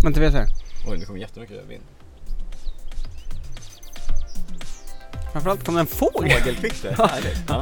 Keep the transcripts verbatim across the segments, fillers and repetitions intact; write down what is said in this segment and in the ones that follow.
inte vet jag. Oj, det kommer jättemycket vind. Framförallt kom en fågel. Fågelkvitter, härligt. Ja.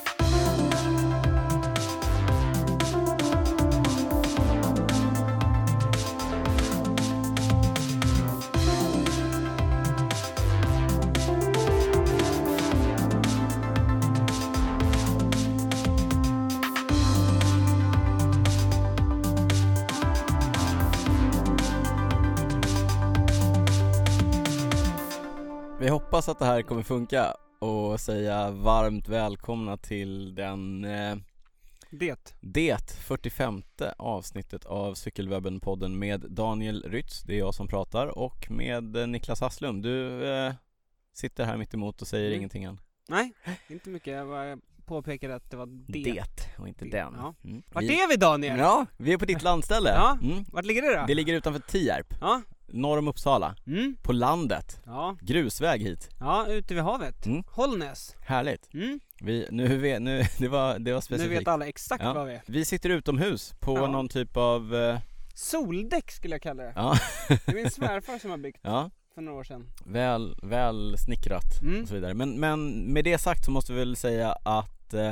Vi hoppas att det här kommer funka och säga varmt välkomna till den eh, Det. det fyrtiofemte avsnittet av Cykelwebben-podden med Daniel Rytz, det är jag som pratar, och med eh, Niklas Hasslum. Du eh, sitter här mitt emot och säger Mm. ingenting än. Nej, inte mycket. Jag bara påpekade att det var det. Det och inte Det, den. ja. Mm. Vart Vi- är vi, Daniel? Ja, vi är på ditt landställe. Ja. Mm. Vart ligger det då? Det ligger utanför Tierp, Ja. norr om Uppsala, Mm. på landet. Ja. Grusväg hit. Ja, ute vid havet. Mm. Hållnäs. Härligt. Mm. Vi, nu, vi, nu, det, var, det var Nu specifikt. vet alla exakt Ja. vad vi är. Vi sitter utomhus på Ja. någon typ av... eh, Soldäck skulle jag kalla det. Ja, Det är min svärfar som har byggt ja för några år sedan. väl, väl snickrat Mm. och så vidare. Men, men med det sagt så måste vi väl säga att eh,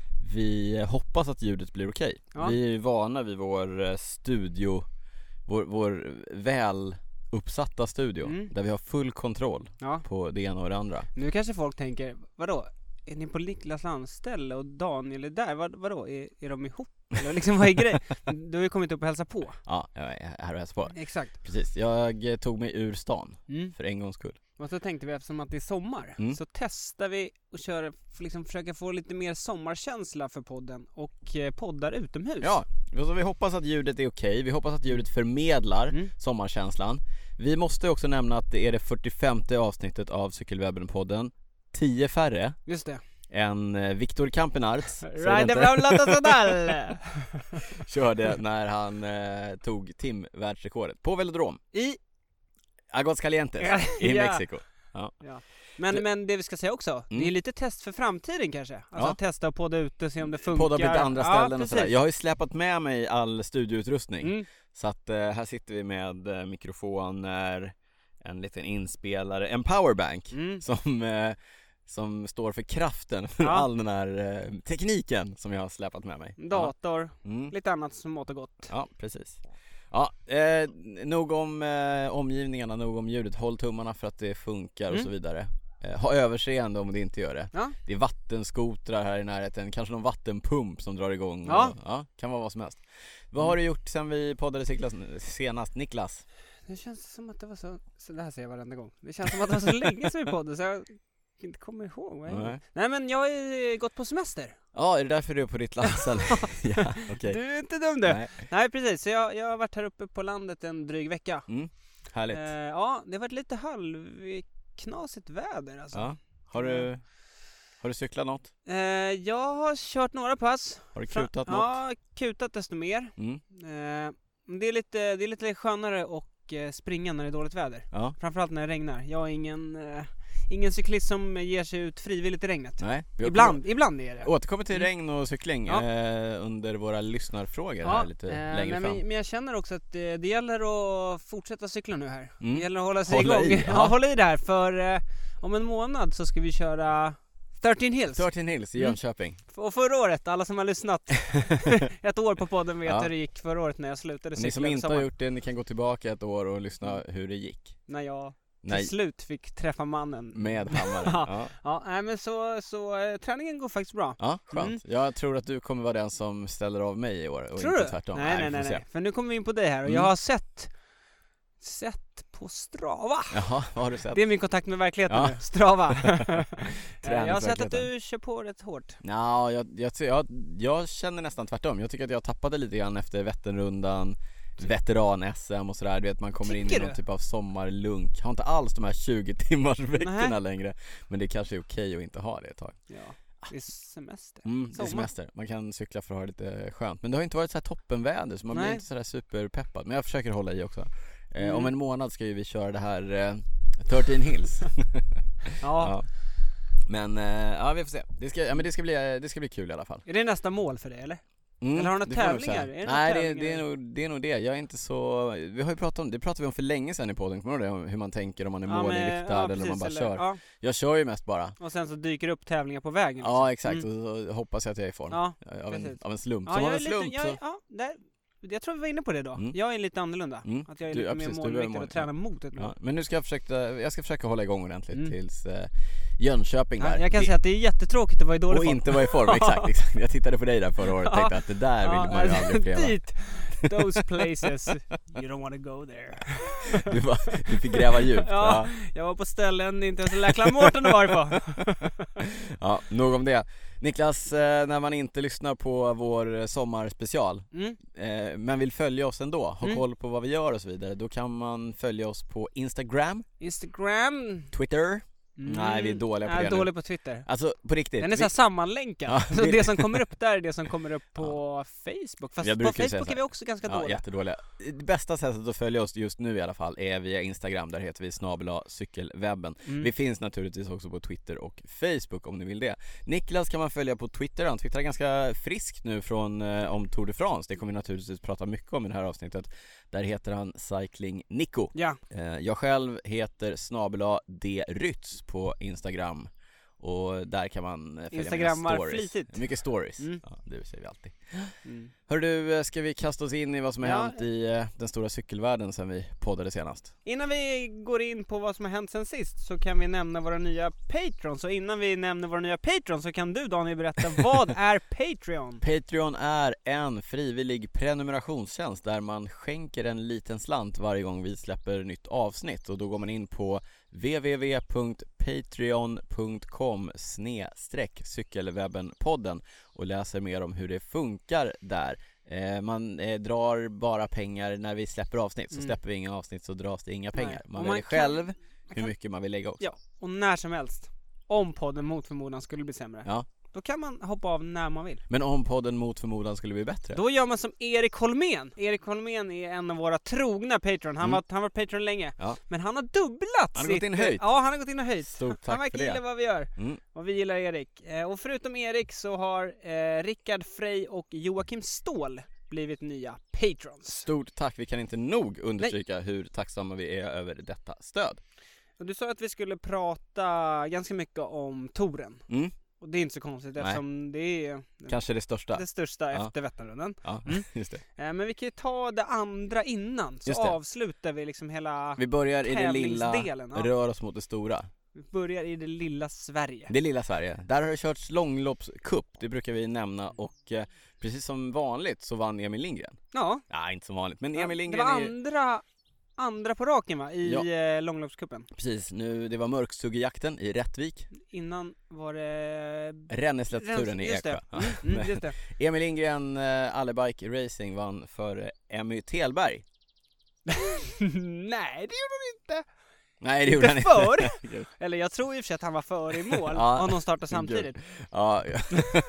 vi hoppas att ljudet blir okej. Ja. Vi är ju vana vid vår eh, studio, vår, vår väl uppsatta studio, Mm. där vi har full kontroll Ja. på det ena och det andra. Nu kanske folk tänker, vadå? Är ni på Niklas landställe och Daniel är där? Vad, vadå? Är, är de ihop? Eller liksom, vad är grejen? Du har ju kommit upp och hälsa på. Ja, jag är här och hälsar på. Exakt. Precis, jag eh, tog mig ur stan Mm. för en gångs skull. Och så tänkte vi, eftersom att det är sommar, Mm. så testar vi och kör, liksom försöka få lite mer sommarkänsla för podden och eh, poddar utomhus. Ja, så vi hoppas att ljudet är okej. Vi hoppas att ljudet förmedlar Mm. sommarkänslan. Vi måste också nämna att det är det fyrtiofemte avsnittet av Cykelwebben-podden. Tio färre Just det. än eh, Viktor Kampenarts så är det Right inte, around Latosodal! körde när han eh, tog timvärldsrekordet på velodrom I... Aguascalientes i Ja. Mexiko. Ja. Men, men det vi ska säga också, det är Mm. lite test för framtiden kanske. Alltså Ja. att testa och podda ute, se om det funkar. Podda på lite andra Ja, ställen och precis. sådär. Jag har ju släpat med mig all studioutrustning. Mm. Så att eh, här sitter vi med eh, mikrofoner, en liten inspelare, en powerbank Mm. som, eh, som står för kraften för Ja. all den här eh, tekniken som jag har släpat med mig. Dator, Ja, mm. lite annat som mått och gott. Ja, precis. Ja, eh, nog om eh, omgivningarna, nog om ljudet. Håll tummarna för att det funkar och Mm. så vidare. Eh, ha överseende om det inte gör det. Ja. Det är vattenskotrar här i närheten, kanske någon vattenpump som drar igång. Ja. Och, ja, kan vara vad som helst. Vad har du gjort sen vi poddade Niklas, senast, Niklas? Det känns som att det var så, så det här säger jag varenda gång. Det känns som att det var så länge sedan vi poddade så jag inte kommer ihåg. Vad jag Nej. gjorde. Nej men jag har ju gått på semester. Ja, är det därför du är på ditt landställe? Ja, okej. Du är inte dum du. Nej, Nej. precis, så jag, jag har varit här uppe på landet en dryg vecka. Mm, härligt. Eh, ja, det har varit lite halvknasigt väder alltså. Ja. Har du, har du cyklat något? Eh, jag har kört några pass. Har du Fra- kutat något? Ja, kutat desto mer. Mm. Eh, men det är lite, det är lite skönare att eh, springa när det är dåligt väder. Ja. Framförallt när det regnar. Jag är ingen, eh, ingen cyklist som ger sig ut frivilligt i regnet. Nej. vi Ibland, ibland är det. återkommer till Mm. regn och cykling Ja. eh, under våra lyssnarfrågor här lite eh, längre nej, fram. men, men jag känner också att det, det gäller att fortsätta cykla nu här. Mm. Det gäller att hålla sig Hålla igång. i, ja. ja, hålla i det här. För eh, om en månad så ska vi köra tretton Hills. tretton Hills i Mm. Jönköping. Och förra året, alla som har lyssnat ett år på podden vet Ja. hur det gick förra året när jag slutade cykla. Ni som över inte har sommaren. gjort det, ni kan gå tillbaka ett år och lyssna hur det gick. När jag Nej, till slut fick träffa mannen. med hammaren. Ja. Ja. Ja, nej, men så, så eh, träningen går faktiskt bra. Ja, skönt. Mm. Jag tror att du kommer vara den som ställer av mig i år och Tror inte du? tvärtom. Nej, nej, vi nej, får nej. se. För nu kommer vi in på dig här och Mm. jag har sett Sett på Strava. Jaha, vad har du sett? Det är min kontakt med verkligheten Ja. nu, Strava. Jag har sett att Träningsverkligheten. du kör på rätt hårt. Nå, jag, jag, jag, jag känner nästan tvärtom. Jag tycker att jag tappade lite grann efter Vätternrundan, veteran-S M och sådär. Du vet, man kommer in Tycker i någon du? typ av sommarlunk. Har inte alls de här tjugo timmars veckorna Nej. längre. Men det kanske är okej att inte ha det ett tag. Ja, det är semester. Mm, det är Sommar. semester. Man kan cykla för att ha det lite skönt. Men det har inte varit så här toppenväder så man blir Nej. inte så där superpeppad. Men jag försöker hålla i också. Eh, Mm. Om en månad ska ju vi köra det här eh, tretton Hills. Ja. Ja. Men eh, ja, vi får se. Det ska, ja, men det ska bli, det ska bli kul i alla fall. Är det nästa mål för dig eller? Mm, Eller har du det några får man tävlingar? säga. Är det Nej, några det, tävlingar? det, är nog, det är nog det. Jag är inte så... Vi har ju pratat om det, pratade vi om för länge sedan i podden. Kommer du ihåg det? Hur man tänker om man är Ja, men- målinriktad ja, eller om man precis, bara eller- kör. Ja. Jag kör ju mest bara. Och sen så dyker det upp tävlingar på vägen. liksom. Ja, exakt. Mm. Och så hoppas jag att jag är i form. Ja, av, en, precis. av en slump. Ja, Som av jag en är slump lite, så... jag, ja, där, jag tror vi var inne på det då. Mm. Jag är lite annorlunda. Mm. Att jag är Du- lite ja, mer precis, du är målinriktad mål- och tränar mot ett mål. Ja, men nu ska jag försöka, jag ska försöka hålla igång ordentligt Mm. tills eh, Jönköping där. Ja, jag kan Det- säga att det är jättetråkigt att vara i dålig och form. inte vara i form, exakt, exakt. Jag tittade på dig där förra året och tänkte att det där vill man ju alltså, aldrig uppleva. dit, those places, you don't want to go there. Du, bara, du fick gräva djupt. Ja, jag var på ställen inte ens Läkla Mårten var på. Ja, nog om det. Niklas, eh, när man inte lyssnar på vår sommarspecial Mm. eh, men vill följa oss ändå, ha Mm. koll på vad vi gör och så vidare, då kan man följa oss på Instagram, Instagram. Twitter. Mm. Nej, vi är dåliga på jag det är nu. dålig på Twitter. Alltså på riktigt. Den är så här sammanlänkad. Ja, så vi- det som kommer upp där är det som kommer upp på Facebook. Fast Jag på brukar ju säga Facebook så är vi också ganska Ja, dåliga. jättedåliga. Det bästa sättet att följa oss just nu i alla fall är via Instagram, där heter vi snabel-a cykelwebben. Mm. Vi finns naturligtvis också på Twitter och Facebook om ni vill det. Niklas kan man följa på Twitter, han twittrar ganska friskt nu från eh, om Tour de France. Det kommer vi naturligtvis prata mycket om i det här avsnittet. Där heter han Cycling Nico. Ja, Eh, jag själv heter snabel-a drytz på Instagram. Och där kan man eh, följa Instagrammar mina stories. flitigt. Mycket stories. Mm. Ja, det säger vi alltid. mm. Hör du, eh, ska vi kasta oss in i vad som har Ja. hänt i eh, den stora cykelvärlden sen vi poddade senast? Innan vi går in på vad som har hänt sen sist så kan vi nämna våra nya Patrons. Och innan vi nämner våra nya Patrons så kan du, Daniel, berätta vad är Patreon? Patreon är en frivillig prenumerationstjänst där man skänker en liten slant varje gång vi släpper nytt avsnitt. Och då går man in på w w w punkt patreon punkt com snedstreck cykelwebbenpodden och läser mer om hur det funkar där. Eh, man eh, drar bara pengar när vi släpper avsnitt. Så Mm. släpper vi inga avsnitt så dras det inga pengar. Nej. Man Och väljer man kan- själv man hur kan- mycket man vill lägga också. Ja, och när som helst, om podden mot förmodan skulle bli sämre, Ja. då kan man hoppa av när man vill. Men om podden mot förmodan skulle bli bättre? Då gör man som Erik Holmén. Erik Holmén är en av våra trogna Patreon. Han Mm. var, han var Patreon länge. Ja. Men han har dubblat Han har sitt... gått in och höjt. Ja, han har gått in och höjt. Stort Han tack verkar för gilla det. vad vi gör. Mm. Och vi gillar Erik. Eh, och förutom Erik så har eh, Rickard Frey och Joakim Ståhl blivit nya Patrons. Stort tack, vi kan inte nog understryka hur tacksamma vi är över detta stöd. Och du sa att vi skulle prata ganska mycket om touren. Mm. Och det är inte så konstigt Nej. eftersom det är Kanske det största. det största Ja. efter Vätternrundan. Ja, Mm. just det. Eh, men vi kan ju ta det andra innan, så Just det. avslutar vi liksom hela... Vi börjar i det lilla, Tävlingsdelen, ja. rör oss mot det stora. Vi börjar i det lilla Sverige. Det lilla Sverige. Där har det körts långloppscup, det brukar vi nämna. Och eh, precis som vanligt så vann Emil Lindgren. Ja, Nej, inte som vanligt, men ja, Emil det Lindgren var är ju... andra, andra på raken va, i Ja. eh, långloppscupen. Precis, nu, det var mörksuggejakten i Rättvik. Innan var det... Ränneslättsturen i Just det. Eksjö. Ja. Mm, mm, just det. Emil Lindgren, eh, Allebike Racing, vann för eh, Emmy Telberg. Nej, det gjorde hon inte. Nej, det gjorde han Inte inte. för. Eller jag tror i och för sig att han var före i mål Ja. om de startade samtidigt. Ja, ja.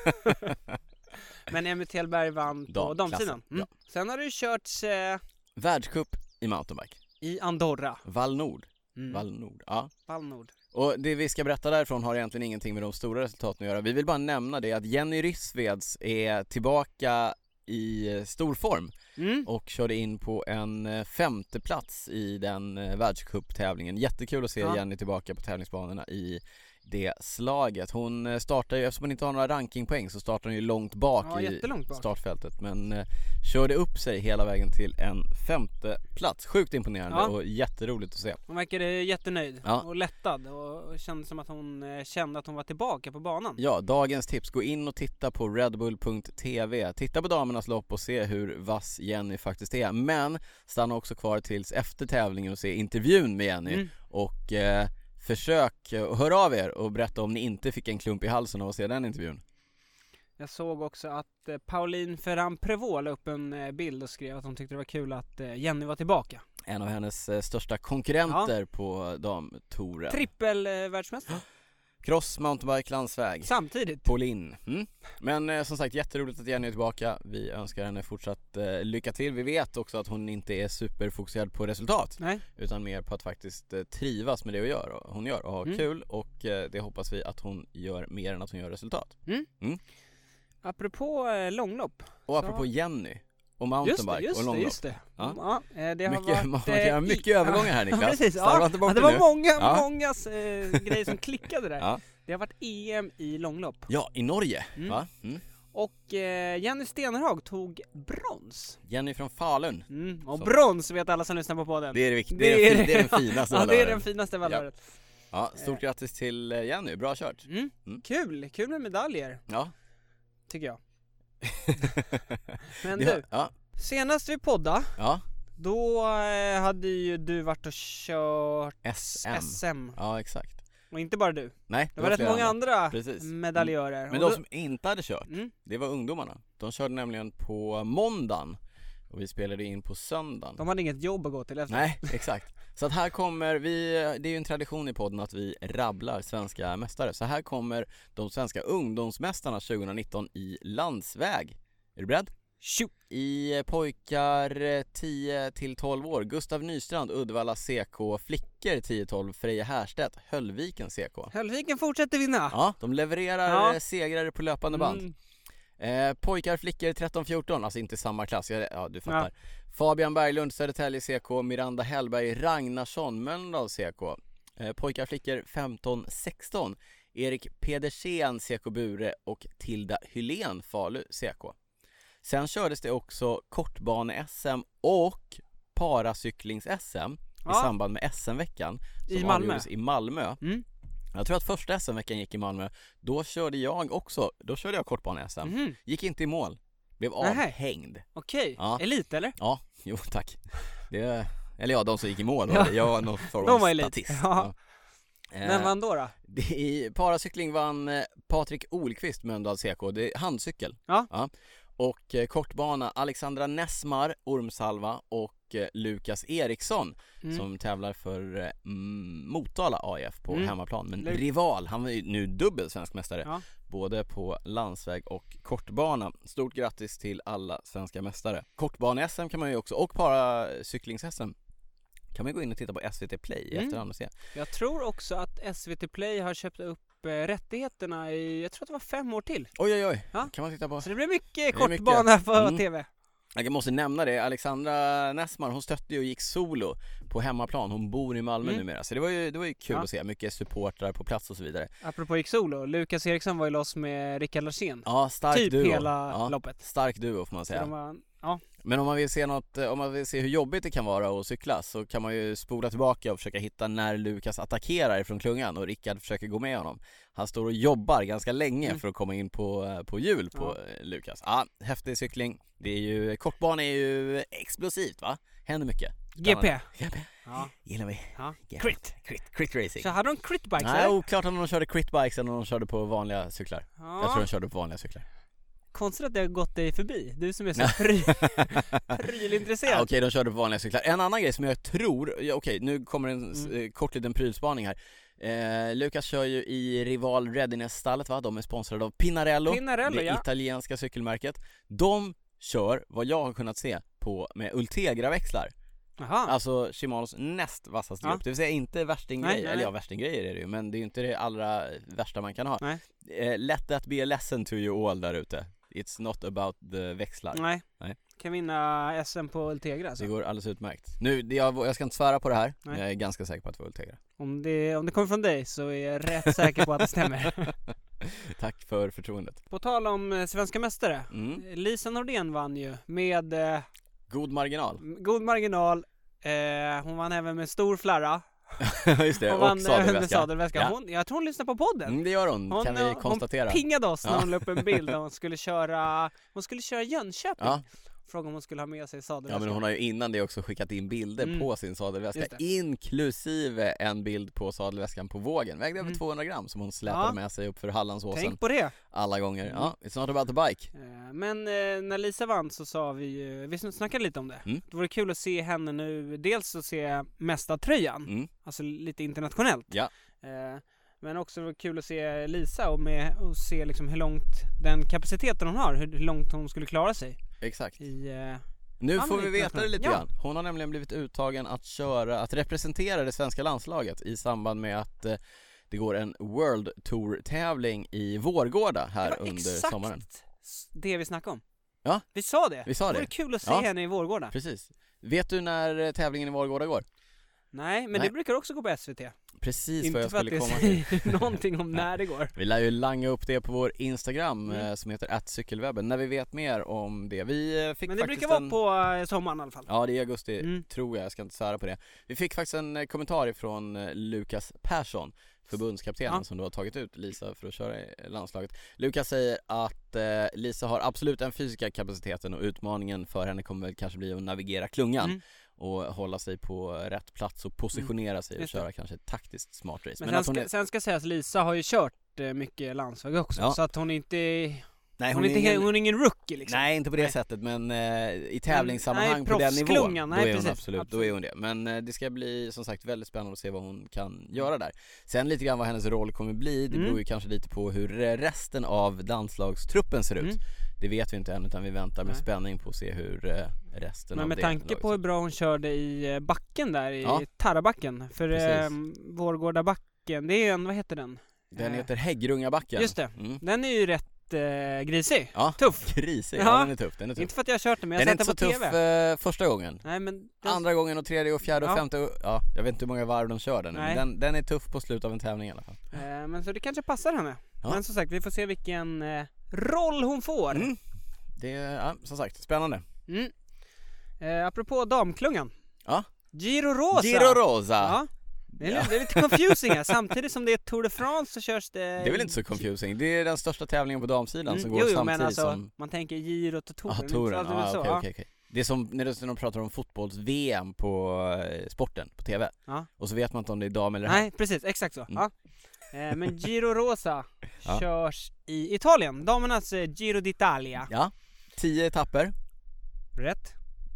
Men Emmy Telberg vann på Damklassen, damsidan. Mm. ja. Sen har det ju körts eh, Världscup i mountainbike. i Andorra. Val Nord. Mm. Val Nord, ja. Valnord. Och det vi ska berätta därifrån har egentligen ingenting med de stora resultaten att göra. Vi vill bara nämna det att Jenny Rissveds är tillbaka i stor form Mm. och körde in på en eh, femte plats i den eh, världscuptävlingen. Jättekul att se Ja. Jenny tillbaka på tävlingsbanorna i det slaget. Hon eh, startar ju, eftersom hon inte har några rankingpoäng så startar hon ju långt bak Ja, i jättelångt bak. startfältet, men eh, körde upp sig hela vägen till en femte plats. Sjukt imponerande Ja. och jätteroligt att se. Hon verkade jättenöjd Ja. och lättad och kände som att hon eh, kände att hon var tillbaka på banan. Ja, dagens tips. Gå in och titta på redbull punkt t v. Titta på damernas lopp och se hur vass Jenny faktiskt är. Men stanna också kvar tills efter tävlingen och se intervjun med Jenny. Mm. Och eh, försök och hör av er och berätta om ni inte fick en klump i halsen av att se den intervjun. Jag såg också att eh, Pauline Ferrand-Prévot la upp en eh, bild och skrev att hon tyckte det var kul att eh, Jenny var tillbaka. En av hennes eh, största konkurrenter på damtouren. Trippel eh, världsmästare. Cross, mountainbike, landsväg. Samtidigt. Pauline. Mm. Men eh, som sagt, jätteroligt att Jenny är tillbaka. Vi önskar henne fortsatt eh, lycka till. Vi vet också att hon inte är superfokuserad på resultat. Nej. Utan mer på att faktiskt eh, trivas med det hon gör och, hon gör och ha Mm. kul. Och eh, det hoppas vi att hon gör mer än att hon gör resultat. Mm. Mm. apropå eh, långlopp. Och apropå så... Jenny och Just det, mountainbike just och det, långlopp. just det. Ja. Ja, eh, det har Mycket, varit... man kan göra eh, mycket i- övergångar här, Niklas. Ja, precis. Slarva Ja, inte bort ja, det det var nu. många, Ja. många eh, grejer som klickade där. Ja. Det har varit E M i långlopp. Ja, i Norge. Mm. Va? Mm. Och eh, Jenny Stenhag tog brons. Jenny från Falun. Mm. Och Så. brons vet alla som lyssnar på podden. Det är det, viktiga. Det är, det, det är den finaste Ja, det är valören. den finaste valören. Ja, stort grattis till eh, Jenny, bra kört. Mm. Mm. Kul, kul med medaljer, Ja. tycker jag. Men Det- du, Ja. senast vi poddade, Ja. då eh, hade ju du varit och kört S M. S M. Ja, exakt. Och inte bara du. Nej, Det var rätt flera många andra Precis. medaljörer. Men Och de då- som inte hade kört, Mm. det var ungdomarna. De körde nämligen på måndagen och vi spelade in på söndagen. De hade inget jobb att gå till efter. Nej, exakt. Så att här kommer vi, det är ju en tradition i podden att vi rabblar svenska mästare. Så här kommer de svenska ungdomsmästarna tjugonitton i landsväg. Är du beredd? Tjo! I pojkar tio till tolv år, Gustav Nystrand, Uddevalla C K. Flickor tio till tolv, Freja Härstedt, Höllviken C K. Höllviken fortsätter vinna. Ja, de levererar Ja. ja. segrar på löpande band. Mm. Eh, pojkar, flickor tretton fjorton, alltså inte samma klass, jag, ja du fattar. Ja. Fabian Berglund, Södertälje C K, Miranda Hellberg, Ragnarsson, Mölndal C K. Eh, pojkar, flickor femton sexton, Erik Pedersen C K Bure och Tilda Hylén Falu C K. Sen kördes det också kortbane-S M och paracyklings-S M Ja. i samband med S M-veckan som I Malmö. avgjordes i Malmö. Mm. Jag tror att första S M-veckan gick i Malmö. Då körde jag också, då körde jag kortbane-S M. Mhm. Gick inte i mål. Blev Nähä. avhängd. Okej, Ja. elit eller? Ja, jo tack. Det, eller ja, de som gick i mål. Ja. Ja. Jag var någon form De av var elit. statist. Ja. Ja. Vem Eh, vann då då? det, I paracykling vann eh, Patrik Olqvist Mölndal C K. Det är handcykel. Ja. Ja. Och eh, kortbana Alexandra Nessmar, Ormsalva och eh, Lukas Eriksson Mm. som tävlar för eh, mm, Motala A I F på Mm. hemmaplan. Men Lu- rival, han var ju nu dubbel svensk mästare. Ja. Både på landsväg och kortbana. Stort grattis till alla svenska mästare. Kortbane-S M kan man ju också, och paracyklings-S M kan man gå in och titta på S V T Play i Mm. efterhand och se. Jag tror också att S V T Play har köpt upp eh, rättigheterna i, jag tror att det var fem år till. Oj oj oj, Ja. kan man titta på. Så det blir mycket är kortbana mycket. på Mm. tv. Jag måste nämna det, Alexandra Nessmar, hon stötte ju och gick solo på hemmaplan. Hon bor i Malmö Mm. numera. Så det var ju, det var ju kul Ja. att se, mycket supportrar på plats och så vidare. Apropå gick solo, Lukas Eriksson var ju loss med Rickard Larsén. Ja, stark Typ duo. hela Ja, loppet. stark duo får man Så säga. de var, ja. Men om man vill se något, om man vill se hur jobbigt det kan vara att cykla, så kan man ju spola tillbaka och försöka hitta när Lukas attackerar från klungan och Rickard försöker gå med honom. Han står och jobbar ganska länge Mm. för att komma in på, på hjul på Ja. eh, Lukas. Ja, häftig cykling. Det är ju, kortbana är ju explosivt va? Händer mycket. G P. G P. Ja. Gillar vi. Ja. G P. Crit. Crit, crit racing. Så hade de critbikes Nej, eller? oklart om de körde critbikes eller om de körde på vanliga cyklar. Ja. Jag tror de körde på vanliga cyklar. Konstigt att det har gått dig förbi. Du som är så pry, prylintresserad. Ja, okej, de körde på vanliga cyklar. En annan grej som jag tror, ja, okej, nu kommer en Mm. eh, kort liten prylspaning här. Eh, Lukas kör ju i Rival Readiness-stallet va? De är sponsrade av Pinarello, Pinarello, det ja. italienska cykelmärket. De kör, vad jag har kunnat se, på med Ultegra-växlar. Jaha. Alltså Shimanos näst vassaste Ja. grupp. Det vill säga inte värstinggrejer, Nej, nej, eller ja, nej. värstinggrejer är det ju, men det är ju inte det allra värsta man kan ha. Nej. Eh, let that be a lesson to you all där ute. It's not about the växlar. Nej. Nej. Kan vinna S M på Ultegra alltså. Det går alldeles utmärkt. Nu, det- jag, jag ska inte svära på det här, men Nej. jag är ganska säker på att det var Ultegra. Om det, om det kommer från dig så är jag rätt säker på att det stämmer. Tack för förtroendet. På tal om eh, svenska mästare. Mm. Lisa Nordén vann ju med eh, God marginal. god marginal. Eh, hon vann även med stor flarra. Just det, Hon och vann även med sadelväska. sadelväska. Ja. Hon, jag tror hon lyssnar på podden. Mm, det gör hon, Hon, kan vi eh, konstatera. Hon pingade oss när Ja. hon la upp en bild där hon skulle köra Hon skulle köra Jönköping. Ja. Frågade om hon skulle ha med sig Ja, sadelväska. men hon har ju innan det också skickat in bilder Mm. på sin sadelväska, Just det. inklusive en bild på sadelväskan på vågen. Vägde över Mm. tvåhundra gram som hon släpade Ja. med sig upp för Hallandsåsen Tänk på det. alla gånger. Mm. Ja, it's not about the bike. Eh, Men eh, när Lisa vann så sa vi ju, vi snackade lite om det. Mm. Det vore kul att se henne nu, dels att se mästartröjan, Mm. alltså lite internationellt. Ja. Eh, Men också kul att se Lisa och, med, och se liksom hur långt den kapaciteten hon har, hur, hur långt hon skulle klara sig Exakt. i... Eh, Nu Ja, får men vi veta det lite ja. grann. Hon har nämligen blivit uttagen att köra, att representera det svenska landslaget i samband med att eh, det går en World Tour tävling i Vårgårda här det var under exakt sommaren. det vi snackade om. Ja. Vi sa det. Vi sa det. Det var kul att se Ja. henne i Vårgårda. Precis. Vet du när tävlingen i Vårgårda går? Nej, men Nej. det brukar också gå på S V T. Precis Inte vad jag för att skulle det komma till. säger någonting om när det går. Vi lär ju langa upp det på vår Instagram Mm. eh, som heter at cykelwebben när vi vet mer om det. Vi eh, fick Men det faktiskt brukar en... vara på eh, sommaren i alla fall. Ja, det är augusti, Mm. tror jag. Jag ska inte svära på det. Vi fick faktiskt en eh, kommentar ifrån eh, Lukas Persson, förbundskaptenen, Ja. som då har tagit ut Lisa för att köra i landslaget. Lukas säger att eh, Lisa har absolut den fysiska kapaciteten och utmaningen för henne kommer väl kanske bli att navigera klungan. Mm. Och hålla sig på rätt plats och positionera sig och Just det. köra kanske ett taktiskt smart race. Men, Men sen, att hon ska, är... sen ska sägas, Lisa har ju kört eh, mycket landslag också. Ja. Så att hon inte... Nej, Hon, är inte, ingen... hon är ingen rookie liksom. Nej, inte på det Nej. sättet, men eh, i tävlingssammanhang nej, på den nivån, proffsklungan, då nej, är hon precis, absolut, absolut. då är hon det. Men eh, det ska bli som sagt väldigt spännande att se vad hon kan göra där. Sen lite grann vad hennes roll kommer bli, det Mm. beror ju kanske lite på hur eh, resten av landslagstruppen ser ut. Mm. Det vet vi inte än, utan vi väntar med Nej. spänning på att se hur eh, resten Men av med det tanke laget på ser hur ut. bra hon körde i eh, backen där, i Ja. Tarrabacken. För Precis. eh, Vårgårda backen, det är ju en, vad heter den? Den Eh, heter Häggrungabacken. Just det. Mm. Den är ju rätt eh, grisig. Ja, Tuff. Grisig, Ja. ja, den är tuff, den är tuff. Inte för att jag har kört den, men jag Den har är sett inte den så på tuff T V. eh, första gången. Nej, men den, Andra gången och tredje och fjärde och Ja. femte och, ja, jag vet inte hur många varv de kör den, Nej. men den, den är tuff på slutet av en tävling i alla fall. eh, men så det kanske passar henne. Ja. Men som sagt, vi får se vilken eh, roll hon får. Mm. Det är, ja, som sagt, spännande. Mm. Eh, apropå damklungan. Ja. Giro Rosa. Giro Rosa. Ja. Det är, Ja. det är lite confusing här. Samtidigt som det är Tour de France så körs det... Det är väl inte så confusing. Det är den största tävlingen på damsidan Mm, som går jo, jo, samtidigt men alltså, som... man tänker Giro och Touren. Ah, inte touren. så Ah, så, okej, ja. okej, okej. Det är som när de- när de pratar om fotbolls-V M på eh, sporten, på T V. Ja. Och så vet man inte om det är dam eller herr. Nej, precis, exakt så. Mm. Ja. Eh, men Giro Rosa Ja. körs i Italien. Damernas eh, Giro d'Italia. Ja. Tio etapper. Rätt?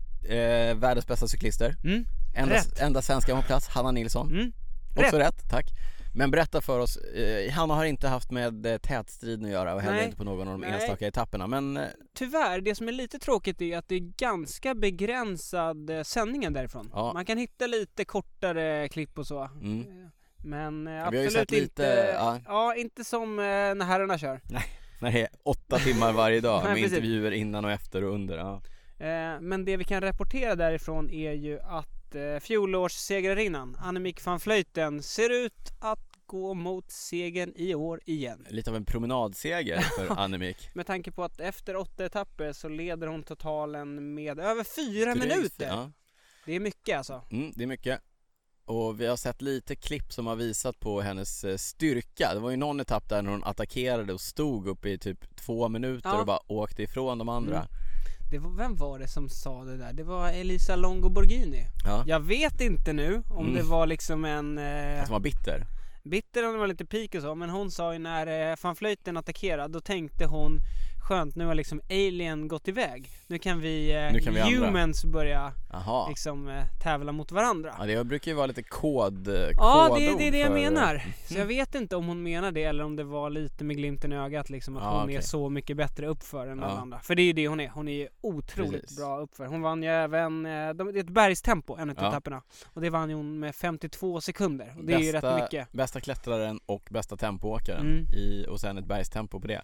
Eh, världens bästa cyklister. Mm. Enda, Rätt. enda svenska på plats, Hanna Nilsson. Mm. Också rätt, tack. Men berätta för oss, eh, Hanna har inte haft med eh, tätstriden att göra och heller Nej. inte på någon av de Nej. enstaka etapperna, men eh, Tyvärr, det som är lite tråkigt är att det är ganska begränsad eh, sändningen därifrån. Ja. Man kan hitta lite kortare klipp och så. Mm. Eh, Men eh, Ja, vi har ju absolut sett lite, inte, ja. ja, inte som eh, när herrarna kör. när det är åtta timmar varje dag Nej, med precis. intervjuer innan och efter och under. Ja. Eh, men det vi kan rapportera därifrån är ju att eh, fjolårssegrarinnan Annemiek van Vleuten ser ut att gå mot segern i år igen. Lite av en promenadseger för Annemiek. Med tanke på att efter åtta etapper så leder hon totalen med över fyra Drygt, minuter. Ja. Det är mycket alltså. Mm, det är mycket. Och vi har sett lite klipp som har visat på hennes eh, styrka. Det var ju någon etapp där när hon attackerade och stod uppe i typ två minuter Ja. och bara åkte ifrån de andra. Mm. Det var, vem var det som sa det där? Det var Elisa Longo Borghini. Ja. Jag vet inte nu om Mm. det var liksom en eh, Att de var bitter. bitter, om det var lite peak och så. Men hon sa ju när eh, van Vleuten attackerade, då tänkte hon skönt, nu har liksom Alien gått iväg. Nu kan vi, eh, Nu kan vi andra. humans börja Jaha. liksom eh, tävla mot varandra. Ja, det brukar ju vara lite kod, Ja, kodord det, det är det jag för- menar. Så Mm. jag vet inte om hon menar det eller om det var lite med glimten i ögat liksom, att Ja, hon okej. är så mycket bättre uppför än alla Ja. andra. För det är ju det hon är. Hon är ju otroligt Precis. bra uppför. Hon vann ju även, eh, de, det är ett bergstempo, en av Ja. etapperna. Och det vann ju hon med femtiotvå sekunder. Och det är ju rätt mycket. Bästa klättraren och bästa tempoåkaren Mm. i, och sen ett bergstempo på det.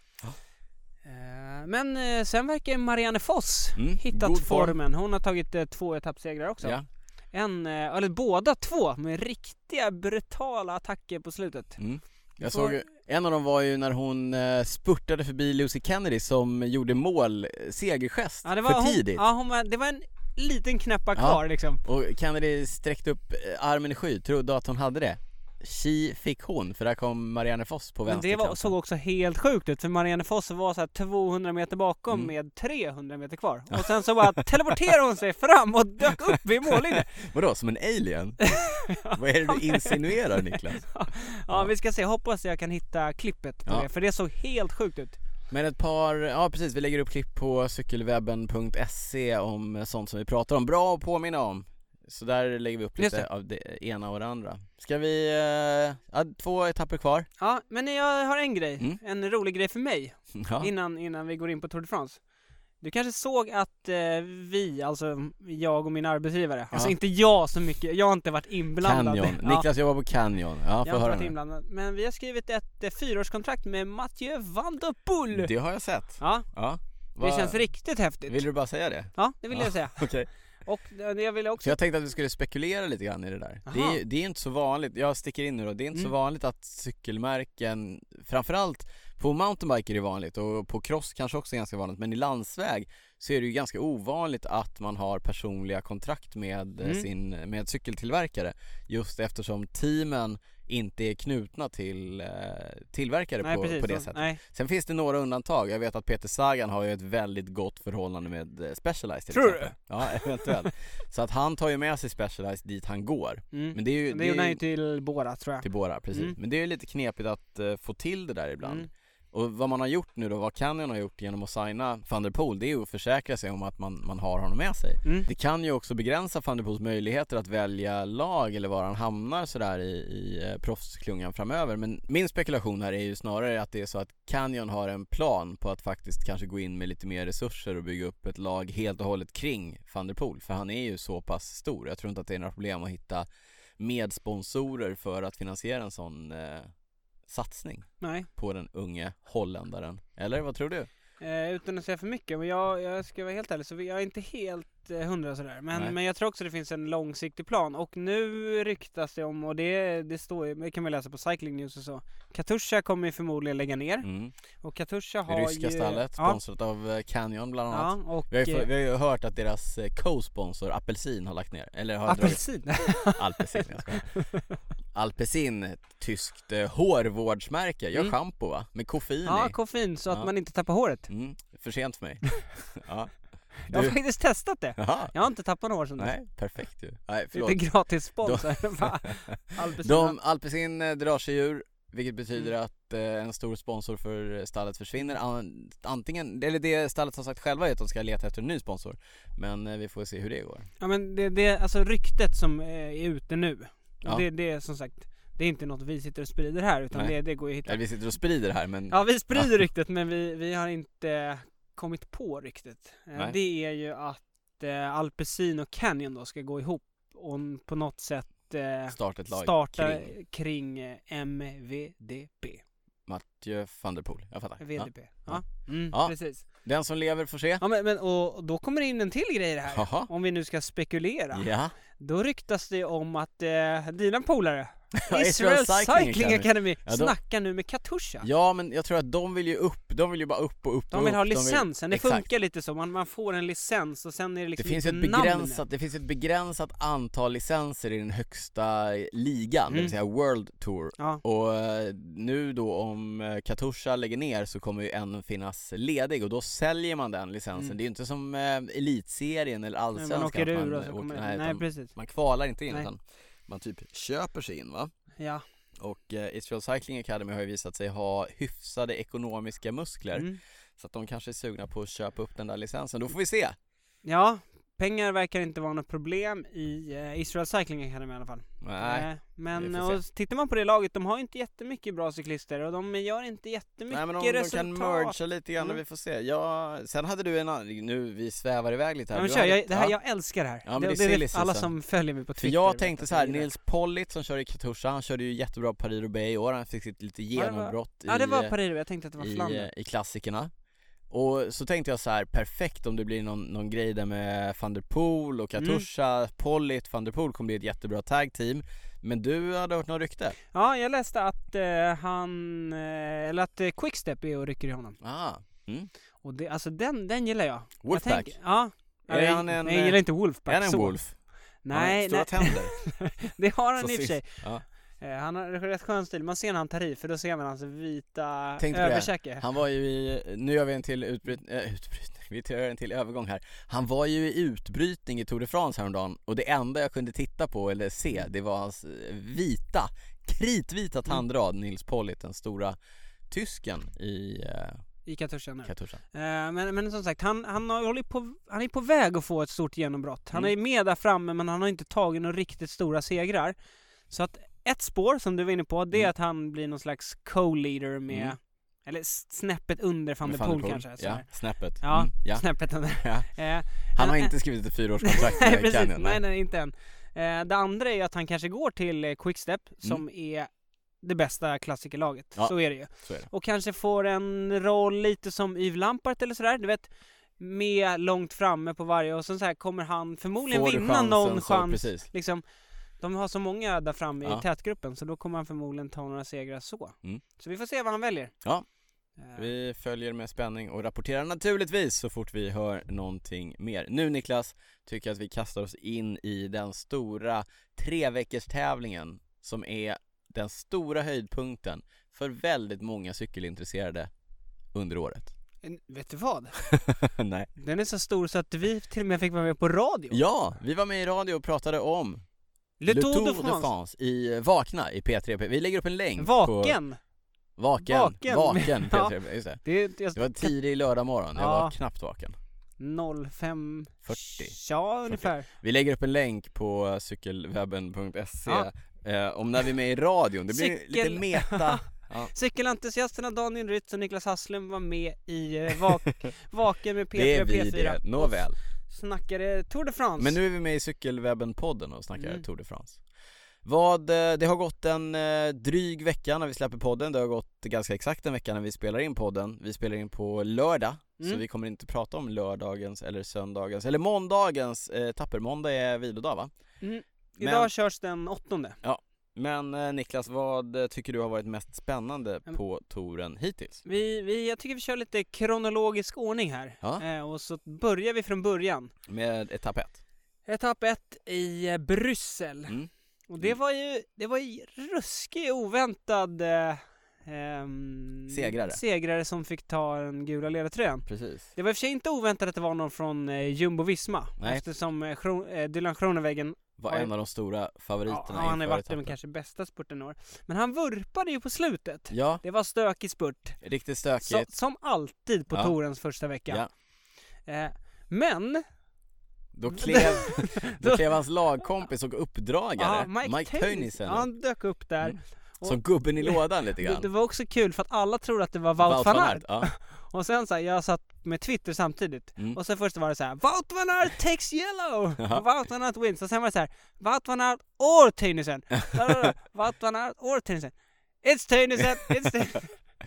Eh, Men eh, sen verkar Marianne Foss Mm, hittat god form. formen. Hon har tagit eh, två etappsegrar också. Ja. En, eh, eller båda två med riktiga brutala attacker på slutet. Mm. Jag får- såg ju- en av dem var ju när hon eh, spurtade förbi Lucy Kennedy som gjorde mål, eh, segergest Ja, det var, för hon, tidigt. ja, hon var, det var en liten knäppa Ja. kvar liksom. Och Kennedy sträckte upp eh, armen i sky, trodde att hon hade det. Tji fick hon, för där kom Marianne Foss på Men det vänsterkanten. var, såg också helt sjukt ut, för Marianne Foss var så här tvåhundra meter bakom Mm. med trehundra meter kvar. Och sen så bara teleporterade hon sig fram och dök upp vid mållinjen. Vadå, som en alien? Vad är det du insinuerar, Niklas? Ja, Ja. vi ska se, hoppas jag kan hitta klippet på Ja. det, för det såg helt sjukt ut. Men ett par, ja precis, vi lägger upp klipp på cykelwebben punkt se om sånt som vi pratar om. Bra att påminna om. Så där lägger vi upp Just lite det. av det ena och det andra. Ska vi, eh, ja, två etapper kvar. Ja, men jag har en grej, Mm. en rolig grej för mig, Ja. innan, innan vi går in på Tour de France. Du kanske såg att eh, vi, alltså jag och min arbetsgivare, ja. alltså inte jag så mycket, jag har inte varit inblandad. Canyon, ja. Niklas jobbar på Canyon. Ja, jag har får inte höra varit nu. inblandad. Men vi har skrivit ett eh, fyraårskontrakt med Mathieu van der Poel. Det har jag sett. Ja, Ja. det Va... känns riktigt häftigt. Vill du bara säga det? Ja, det vill ja. jag säga. Okej. Och det jag ville också... Så jag tänkte att vi skulle spekulera lite grann i det där. Det är, det är inte så vanligt, jag sticker in nu då, det är inte Mm. så vanligt att cykelmärken, framförallt på mountainbike är det vanligt och på cross kanske också är ganska vanligt, men i landsväg så är det ju ganska ovanligt att man har personliga kontrakt med, Mm. sin, med cykeltillverkare, just eftersom teamen inte är knutna till eh, tillverkare Nej, på, precis, på det så, sättet. nej. Sen finns det några undantag. Jag vet att Peter Sagan har ju ett väldigt gott förhållande med eh, Specialized till Tror exempel. Du? Ja, eventuellt. Så att han tar ju med sig Specialized dit han går. Mm. Men det är ju det gjorde han ju till Bora, tror jag. till Bora, precis. Mm. Men det är ju lite knepigt att uh, få till det där ibland. Mm. Och vad man har gjort nu då, vad Canyon har gjort genom att signa Van der Poel, det är ju att försäkra sig om att man, man har honom med sig. Mm. Det kan ju också begränsa Van der Poels möjligheter att välja lag eller var han hamnar sådär i, i eh, proffsklungan framöver. Men min spekulation här är ju snarare att det är så att Canyon har en plan på att faktiskt kanske gå in med lite mer resurser och bygga upp ett lag helt och hållet kring Van der Poel. För han är ju så pass stor. Jag tror inte att det är några problem att hitta medsponsorer för att finansiera en sån eh, satsning Nej. på den unge holländaren. Eller vad tror du? Eh, utan att säga för mycket, men jag, jag ska vara helt ärlig, så jag är inte helt eh, hundra sådär. Men, Nej. men jag tror också det finns en långsiktig plan. Och nu ryktas det om, och det, det står ju, det kan man läsa på Cycling News och så. Katusha kommer ju förmodligen lägga ner. Mm. Och Katusha Det har ryska ju... stallet, ja, sponsrat av eh, Canyon bland annat. ja, och... Vi har, ju, eh, vi har ju hört att deras eh, co-sponsor Apelsin har lagt ner. Eller har Apelsin? dragit... Alpecin, jag skojar. Alpecin, tyskt eh, hårvårdsmärke. Gör Mm. shampoo va? Med koffein Ja, i. koffein så att Ja. man inte tappar håret. Mm, för sent för mig. Ja. Jag har Du... faktiskt testat det. Jaha. Jag har inte tappat några hår som Nej, perfekt ju. Nej, förlåt. Lite gratis sponsor. Alpecin. De, Alpecin eh, drar sig ur, vilket betyder Mm. att eh, en stor sponsor för stallet försvinner. An, antingen, eller det stallet har sagt själva är att de ska leta efter en ny sponsor. Men eh, vi får se hur det går. Ja, men det, det är alltså ryktet som eh, är ute nu. Ja. Och det, det är som sagt, det är inte något vi sitter och sprider här, utan det, det går ju att hitta. Eller vi sitter och sprider här, men... Ja, vi sprider ryktet, men vi, vi har inte kommit på ryktet. Eh, Nej. det är ju att eh, Alpecin och Canyon då ska gå ihop och på något sätt eh, Starta ett lag starta kring. kring, eh, M V D P. Mathieu van der Poel, jag fattar. V D P. Ja, Ja. Mm, Ja. precis. Den som lever får se. Ja, men, men och, och då kommer det in en till grej i det här. Jaha. Om vi nu ska spekulera. Ja. Då ryktas det om att eh, dina polare Ja, Israel Cycling Academy Ja, de- snackar nu med Katusha. Ja, men jag tror att de vill ju upp, de vill ju bara upp och upp De och vill upp. ha licensen, det Exakt. funkar lite så, man, man får en licens och sen är det Det liksom finns, inte ett namnet. begränsat, det finns ett begränsat antal licenser i den högsta ligan, det Mm. vill säga World Tour. Ja. Och eh, nu då om eh, Katusha lägger ner så kommer ju en finnas ledig och då säljer man den licensen. Mm. Det är ju inte som eh, elitserien eller allsvenskan. Man åker att ur och så åker- kommer nej, nej, utan precis. man kvalar inte in Nej. utan man typ köper sig in va? Ja. Och eh, Israel Cycling Academy har ju visat sig ha hyfsade ekonomiska muskler. Mm. Så att de kanske är sugna på att köpa upp den där licensen. Då får vi se. Ja, pengar verkar inte vara något problem i eh, Israel Cycling Academy i alla fall. Nej. Eh, men vi får se. och tittar man på det laget, de har ju inte jättemycket bra cyklister och de gör inte jättemycket Nej, men om de resultat. kan mergea lite grann Mm. och vi får se. Ja, sen hade du en annan, nu vi svävar iväg lite här. Ja, men Du kör, hade- jag, det här, ja. jag älskar det här. Ja, men det, det är det silly vet alla season. som följer mig på För Twitter. jag vet tänkte att så här, jag gillar Nils Pollitt som kör i Katusha, han körde ju jättebra på Paris-Roubaix i år. Han fick sitt lite det var- genombrott det. Ja, det var i, Paris, jag tänkte att det var i, Flandern. i klassikerna. Och så tänkte jag så här, perfekt om det blir någon, någon grej där med Van der Poel och Katusha, Mm. Pollitt, Van der Poel kommer bli ett jättebra tag team. Men du hade hört något rykte? Ja, jag läste att eh, han, eh, eller att eh, Quickstep är och rycker i honom. Ah. Mm. Och det, alltså den, den gillar jag. Wolfpack? Jag tänker, ja. Är jag, han en, nej, jag gillar inte Wolfpack Är han en så. Wolf? Nej, Stora nej. tänder. Det har han Så i och för sig. sist- Ja. Eh, han har rätt skön stil. Man ser när han tar i, för då ser man hans vita Tänkte på det. överkäke. Han var ju i, nu gör vi en till utbrytning, äh, utbrytning, vi tar en till övergång här. Han var ju i utbrytning i Tour de France häromdagen och det enda jag kunde titta på eller se, det var hans eh, vita, kritvita tandrad, Nils Pollitt, den stora tysken i eh, I Katusha nu. Katusha. Eh, men, men som sagt, han, han, har hållit på, han är på väg att få ett stort genombrott. Han Mm. är med där framme, men han har inte tagit några riktigt stora segrar. Så att ett spår som du var inne på, det är Mm. att han blir någon slags co-leader med Mm. Eller snäppet under Van der Poel kanske. Ja, sådär. snäppet. Ja, Mm, ja. snäppet under. Ja. Eh, Han har en- inte skrivit ett fyraårskontrakt nej, med precis. Canyon. Nej, nej, inte än. Eh, det andra är ju att han kanske går till eh, Quickstep, som Mm. är det bästa klassikerlaget. Ja. Så är det ju. Så är det. Och kanske får en roll lite som Yves Lampart eller sådär, du vet, med långt framme på varje, och sen så här kommer han förmodligen Får du vinna chansen någon så- chans. Precis. Liksom, de har så många där framme Ja. i tätgruppen, så då kommer han förmodligen ta några segrar så. Mm. Så vi får se vad han väljer. Ja. Eh, Vi följer med spänning och rapporterar naturligtvis så fort vi hör någonting mer. Nu Niklas, tycker jag att vi kastar oss in i den stora treveckors tävlingen som är den stora höjdpunkten för väldigt många cykelintresserade under året. en- vet du vad? Nej. Den är så stor så att vi till och med fick vara med på radio. Ja, vi var med i radio och pratade om Le Tour de France. i Vakna i P tre. Vi lägger upp en länk Vaken. på Vaken. Vaken. Vaken. Ja. P tre, just det. Det, jag, Det var tidig lördag morgon. Jag Ja. var knappt vaken. noll fem fyrtio. Ja, ungefär. Vi lägger upp en länk på cykelwebben punkt se Ja. eh, om när vi är med i radion. Det blir Cykel- lite meta. Ja. Cykelentusiasterna Daniel Rytz och Niklas Hasslum var med i eh, vak- Vaken med P Det tre är och P vi fyra. det. Nåväl. Snackade Tour de France. Men nu är vi med i cykelwebben-podden och snackar Mm. Tour de France. Vad, eh, det har gått en eh, dryg vecka när vi släpper podden. Det har gått ganska exakt en vecka när vi spelar in podden. Vi spelar in på lördag. Så Mm. vi kommer inte prata om lördagens eller söndagens eller måndagens eh, tapper. Måndag är vilodag va? Mm. Men- Idag körs den åttonde. Men eh, Niklas, vad eh, tycker du har varit mest spännande Mm. på touren hittills? Vi, vi, jag tycker vi kör lite kronologisk ordning här. Ja. Eh, och så börjar vi från början. Med etapp ett. Etapp ett i eh, Bryssel. Mm. Och det var ju, det var ju ruskigt oväntad eh, ehm, Segrare. segrare som fick ta den gula ledartröjan. Precis. Det var i och för sig inte oväntat att det var någon från eh, Jumbo-Visma. Nej. Eftersom eh, Schro- eh, Dylan Groenewegen, Var Oj. en av de stora ja, favoriterna han har inför varit den etappen. kanske bästa spurten i år. Men han vurpade ju på slutet. Ja, Det var stökig spurt. riktigt Så, stökigt. som alltid på Ja. Tourens första vecka. Ja. Eh, men Då klev, då klev hans lagkompis och uppdragare, ja, Mike, Mike Teunissen, ja, han dök upp där. Mm. som gubben i lådan lite Det, grann. det var också kul för att alla trodde att det var Wout Wout van van Aert. Aert, ja. Och sen så här, jag satt med Twitter samtidigt. Mm. Och sen först var det så här: Wout van Aert takes yellow! Ja. Och Wout van Aert wins. Och sen var det så här: Wout van Aert or Teunissen. Wout van Aert or Teunissen. It's Teunissen, it's Teunissen.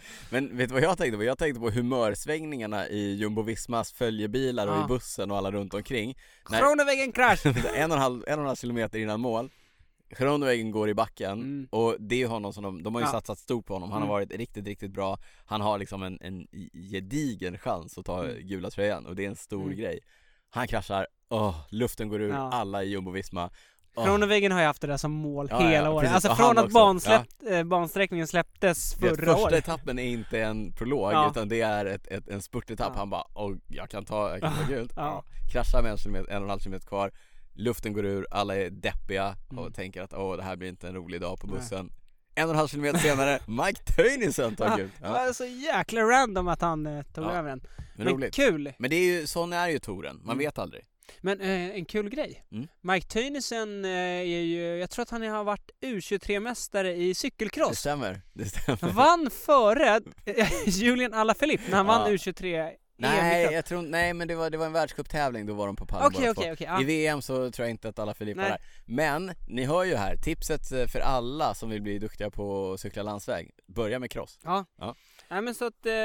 Men vet du vad jag tänkte på? Jag tänkte på humörsvängningarna i Jumbo-Vismas följebilar och Ja. i bussen och alla runt omkring. Nej. Groenewegen crash! en, och en, halv, en och en halv kilometer innan mål. Groenewegen går i backen Mm. och det är ju honom som de, de har ju Ja. satsat stort på honom. Han Mm. har varit riktigt, riktigt bra. Han har liksom en, en gedigen chans att ta Mm. gula tröjan och det är en stor Mm. grej. Han kraschar, åh, luften går ur Ja. alla i Jumbo-Visma. Åh. Groenewegen har ju haft det där som mål Ja, ja, hela året. precis. Alltså Och från han att också. bansläpp, eh, bansträckningen släpptes Vet, förra första året. etappen är inte en prolog Ja. utan det är ett, ett, en spurtetapp. Ja. Han bara, åh, jag kan ta, jag kan ta gult. Ja. Ja. Kraschar med en, kilometer, en och en halv kilometer kvar. Luften går ur, alla är deppiga och Mm. tänker att åh, det här blir inte en rolig dag på Nej. bussen. En och en halv kilometer senare, Mike Teunissen tar Ja, gult. Det Ja. var så jäkla random att han eh, tog Ja. över den. Men, Men roligt. kul! Men det är ju, sån är ju touren, man Mm. vet aldrig. Men eh, en kul grej. Mm. Mike Teunissen eh, är ju, jag tror att han har varit U tjugotre-mästare i Det cykelcross. stämmer, det stämmer. Han vann före eh, Julian Alaphilippe när han vann Ja. U tjugotre. Nej, E M. jag tror, nej men det var, det var en världscuptävling, då var de på pallen Okej, båda okej, två. okej. ja. I V M så tror jag inte att alla Filippa Nej. är där. Men ni hör ju här, tipset eh, för alla som vill bli duktiga på att cykla landsväg, börja med cross. Ja. Ja. Nej men så att eh,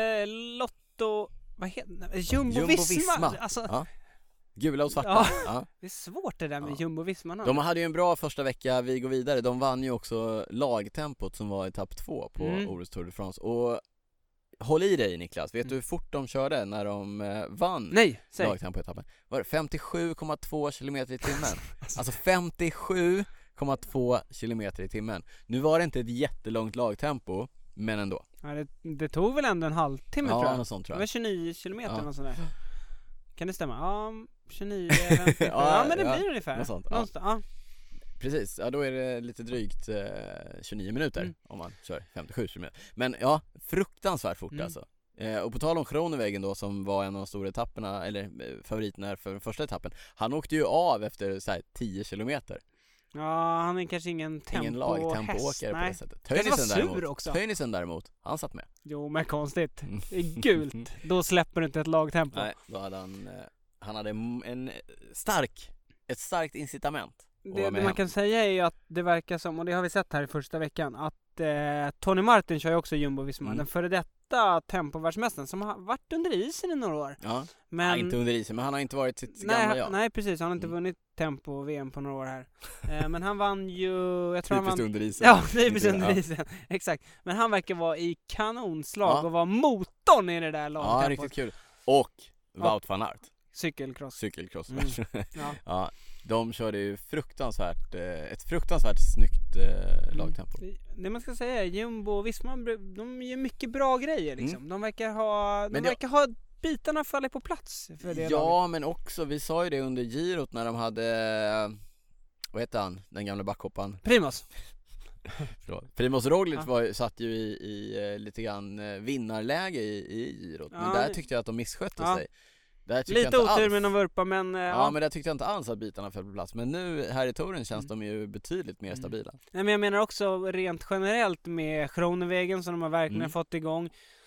Lotto, vad heter det? Jumbo-Visma. Jumbo-Visma. Alltså, Ja. Gula och svarta. Ja. Ja. det är svårt det där med Ja. Jumbo-Visma. De hade ju en bra första vecka, vi går vidare. De vann ju också lagtempot som var etapp två på Mm. Årets Tour de France. Och håll i dig Niklas, vet Mm. du hur fort de körde när de eh, vann Nej, säg. lagtempoetappen? Var det femtiosju komma två kilometer i timmen? Alltså femtiosju komma två kilometer i timmen. Nu var det inte ett jättelångt lagtempo, men ändå. Ja, det, det tog väl ändå en halvtimme tror Ja, jag. något sånt Det tror var jag. tjugonio kilometer Ja. eller något sånt där. Kan det stämma? Ja, tjugonio, femtiosju. ja, Ja, men det ja. blir ungefär. Något sånt, ja. Någonstans, ja. Precis, ja då är det lite drygt eh, tjugonio minuter Mm. om man kör femtiosju kilometer. Men ja, fruktansvärt fort Mm. alltså. Eh, och på tal om Groenewegen då, som var en av de stora etapperna, eller eh, favoriterna för den första etappen. Han åkte ju av efter så här, tio kilometer. Ja, han är kanske ingen tempo Ingen lagtempoåkare på det sättet. Tönnissen däremot, också. Tönnissen däremot, han satt med. Jo, men konstigt. Det är gult. Då släpper du inte ett lagtempo. Nej, då hade han, han hade en stark, ett starkt incitament. Det, det man kan säga är ju att det verkar som, och det har vi sett här i första veckan, att eh, Tony Martin kör ju också Jumbo-Visma. Mm. Den före detta tempovärldsmästaren som har varit under isen i några år. Ja, men, ja, inte under isen, men han har inte varit sitt nej, gamla jag. Nej, precis. Han har inte mm. vunnit tempo-V M på några år här. eh, men han vann ju... Jag tror han vann, under isen. Ja, typiskt under isen. Exakt. Men han verkar vara i kanonslag ja. och vara motorn i det där lagtempot. Ja, riktigt kul. Och Wout van Aert. Cykelcross. Cykelcross. Mm. Ja. Ja, de körde ju fruktansvärt, ett fruktansvärt snyggt eh, lagtempo. Mm. Det man ska säga är Jumbo och Visma, de gör mycket bra grejer liksom. Mm. De verkar ha, de verkar ha bitarna fallit på plats för det. Ja, laget. Men också, vi sa ju det under Girot när de hade, vad heter han, den gamla backhoppan? Primoz. Primoz Roglic ja. var, satt ju i, i lite grann vinnarläge i, i Girot, men ja, där tyckte jag att de misskötte ja. sig. Lite otur med någon vurpa, men... Ja, ja, men där tyckte jag inte alls att bitarna föll på plats. Men nu här i touren känns mm. de ju betydligt mer stabila. Mm. Nej, men jag menar också rent generellt med Groenewegen som de har verkligen mm. fått igång.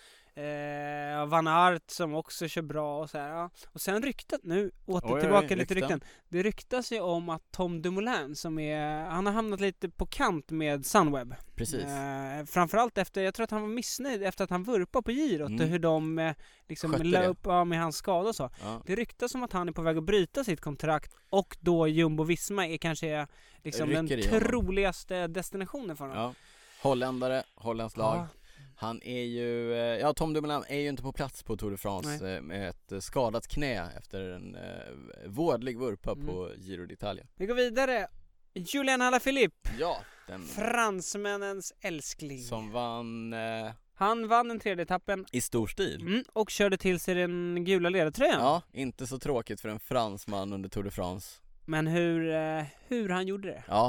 Eh, Van Aert som också kör bra och så här, ja. Och sen ryktat nu, åter oj, tillbaka oj, lite rykten. rykten. Det ryktas ju om att Tom Dumoulin som är, han har hamnat lite på kant med Sunweb. Precis. Eh, framförallt efter, jag tror att han var missnöjd efter att han vurpade på Girot mm. och hur de eh, liksom la upp ja, med hans skada och så. Ja. Det ryktas om att han är på väg att bryta sitt kontrakt och då Jumbo-Visma är kanske liksom den troligaste destinationen för honom. Ja. Holländare, Hollands lag. Ja. Han är ju, ja Tom Dumoulin är ju inte på plats på Tour de France Nej. med ett skadat knä efter en eh, vårdlig vurpa mm. på Giro d'Italia. Vi går vidare. Julian Alaphilippe. Ja, den fransmännens älskling. Som vann... Eh... Han vann den tredje etappen. I stor stil. Mm, och körde till sig den gula ledartröjan. Ja, inte så tråkigt för en fransman under Tour de France. Men hur, eh, hur han gjorde det. Ja.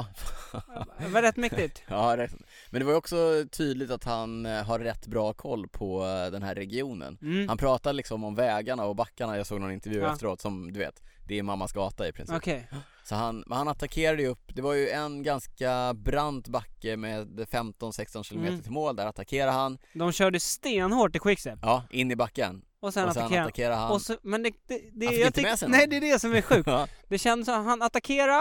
Det var rätt mäktigt. Ja, rätt. Men det var ju också tydligt att han eh, har rätt bra koll på eh, den här regionen. Mm. Han pratade liksom om vägarna och backarna. Jag såg någon intervju ja. efteråt som du vet, det är mammas gata i princip. Okay. Så han, han attackerade ju upp. Det var ju en ganska brant backe med femton sexton kilometer mm. till mål. Där attackerade han. De körde stenhårt i Quickstep. Ja, in i backen. Och sen, och sen attackerar, attackerar han. Och så, men det, det, det han fick jag inte tyck, med sig nej, det är det som är sjukt. Ja. Det känns som att han attackerar,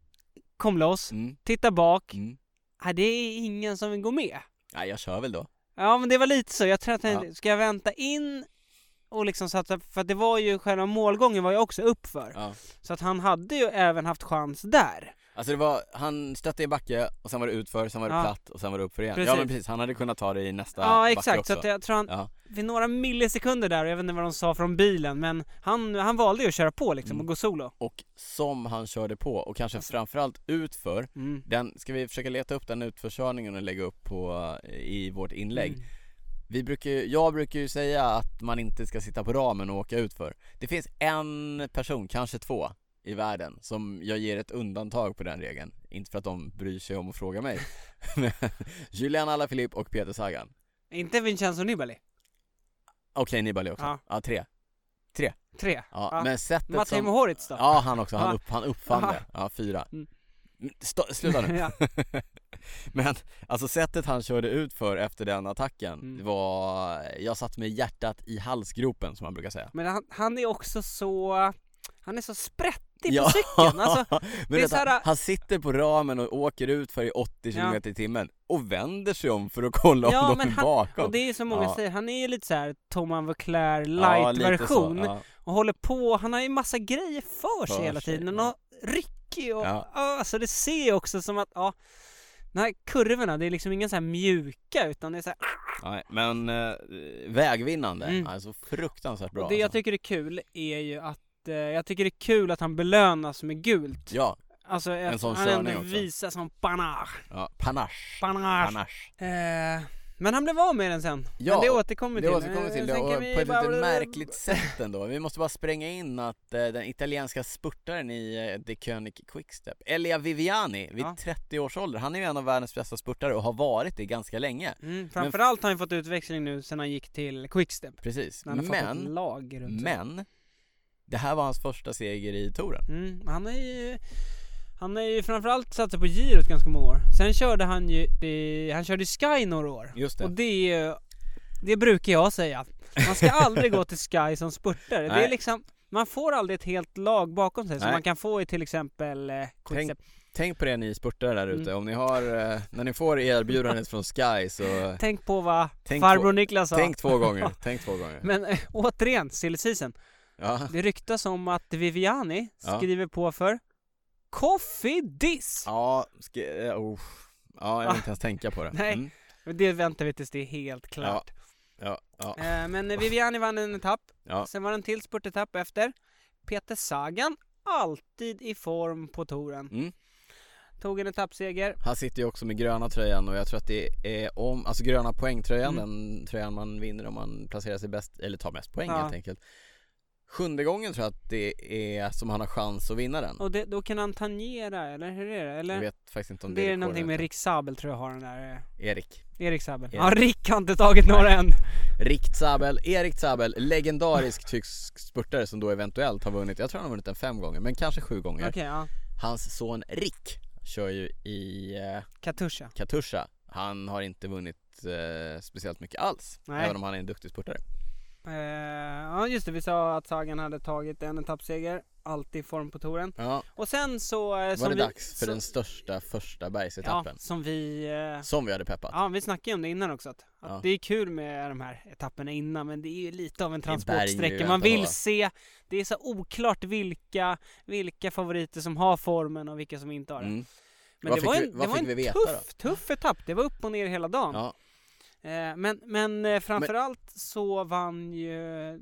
kom loss, mm. titta bak. Mm. Nej, det är ingen som vill gå med. Nej, jag kör väl då. Ja, men det var lite så. Jag tror att jag, ska jag vänta in och liksom satsa, för att det var ju själva målgången var ju också uppför. Ja. Så att han hade ju även haft chans där. Alltså det var, han stötte i backe och sen var det utför, sen var det ja. platt och sen var det uppför igen. Precis. Ja men precis, han hade kunnat ta det i nästa ja, backe exakt, också. Så att jag tror han, ja. vid några millisekunder där, och jag vet inte vad de sa från bilen, men han, han valde ju att köra på liksom mm. och gå solo. Och som han körde på, och kanske alltså. framförallt utför, mm. den, ska vi försöka leta upp den utförkörningen och lägga upp på, i vårt inlägg. Mm. Vi brukar, jag brukar ju säga att man inte ska sitta på ramen och åka utför. Det finns en person, kanske två i världen som jag ger ett undantag på den regeln. Inte för att de bryr sig om att fråga mig. Julian Alaphilippe och Peter Sagan. Inte Vincenzo Nibali. Okej, okay, Nibali också. Ja, ja tre. Tre. Tre. Ja, ja. Men sättet Matteo som... Moritz då? Ja, han också. Han, ja. upp, han uppfann Aha. det. Ja, fyra. Mm. St- sluta nu. Ja. Men alltså sättet han körde ut för efter den attacken mm. det var, jag satt med hjärtat i halsgropen som man brukar säga. Men han, han är också så, han är så sprättig ja. på cykeln alltså, men det är så här... han sitter på ramen och åker ut för i åttio kilometer i timmen och vänder sig om för att kolla ja, om de är han, bakom. Och det är som många ja. säger, han är ju lite så här Thomas Voeckler light-version ja, ja. och håller på, han har ju massa grejer för, för sig hela tiden ja. och ryckig och ja. alltså det ser också som att ja, de här kurvorna, det är liksom inga så här mjuka utan det är så här... Nej, men äh, vägvinnande, mm. alltså fruktansvärt bra. Och det alltså. jag tycker är kul är ju att äh, jag tycker det är kul att han belönas med gult. Ja, alltså en sån han körning ändå också. Visar som panache. Ja, panache. Panache. Panache. Eh, men han blev av med den sen. Ja, men det återkommer till. Det återkommer till det, och på ett bara... lite märkligt sätt ändå. Vi måste bara spränga in att eh, den italienska spurtaren i eh, The Koenig Quickstep, Elia Viviani, vid ja. trettio års ålder, han är ju en av världens bästa spurtare och har varit det ganska länge. Mm, framförallt har han fått utväxling nu sen han gick till Quickstep. Precis, han har men, fått ett lag runt men det här var hans första seger i touren. Mm, han är ju... Han är ju framförallt satsat på girot ganska många år. Sen körde han ju i, han körde Sky några år. Just det. Och det, det brukar jag säga. Man ska aldrig gå till Sky som spurtare. Det är liksom, man får aldrig ett helt lag bakom sig. Nej. Som man kan få i till exempel eh, tänk, tänk på det ni spurtare där ute. Mm. Om ni har, eh, när ni får erbjudandet från Sky så... Tänk på vad farbror Niklas sa. Tänk två gånger, tänk två gånger. Men äh, återigen, silly season. Ja. Det ryktas om att Viviani skriver ja. på för Coffee Diss. Ja, ska, oh. ja jag vill inte ens tänka på det. Nej, mm. det väntar vi tills det är helt klart. Ja. Ja, ja. Eh, men Viviani vann en etapp. Ja. Sen var det en till spurtetapp efter. Peter Sagan, alltid i form på touren. Mm. Tog en etappseger. Han sitter ju också med gröna tröjan och jag tror att det är om, alltså gröna poängtröjan, mm. den tröjan man vinner om man placerar sig bäst, eller tar mest poäng ja. helt enkelt. Sjunde gången tror jag att det är som han har chans att vinna den. Och det, då kan han tangera, eller hur är det? Eller? Jag vet faktiskt inte om det är Det är någonting med Rick Sabel tror jag har den där. Erik. Erik Sabel. Erik. Ja, Rick har inte tagit några Nej. än. Rick Sabel, Erik Sabel, legendarisk tysk spurtare som då eventuellt har vunnit. Jag tror han har vunnit den fem gånger, men kanske sju gånger. Okay, ja. Hans son Rick kör ju i eh, Katusha. Katusha. Han har inte vunnit eh, speciellt mycket alls. Nej. Även om han är en duktig spurtare. Uh, ja just det, vi sa att Sagan hade tagit en etappseger, alltid i form på touren. Ja. Och sen så uh, var som det vi, dags för så, den största första bergsetappen. Ja, som vi uh, som vi hade peppat. Ja, vi snackade om det innan också att, ja. att det är kul med de här etapperna innan, men det är ju lite av en transportsträcka. Man vill se, det är så oklart vilka vilka favoriter som har formen och vilka som inte har det. Mm. Men vad det var en, vi, det var en veta, tuff, tuff etapp. Det var upp och ner hela dagen. Ja. Men, men framförallt men... så vann ju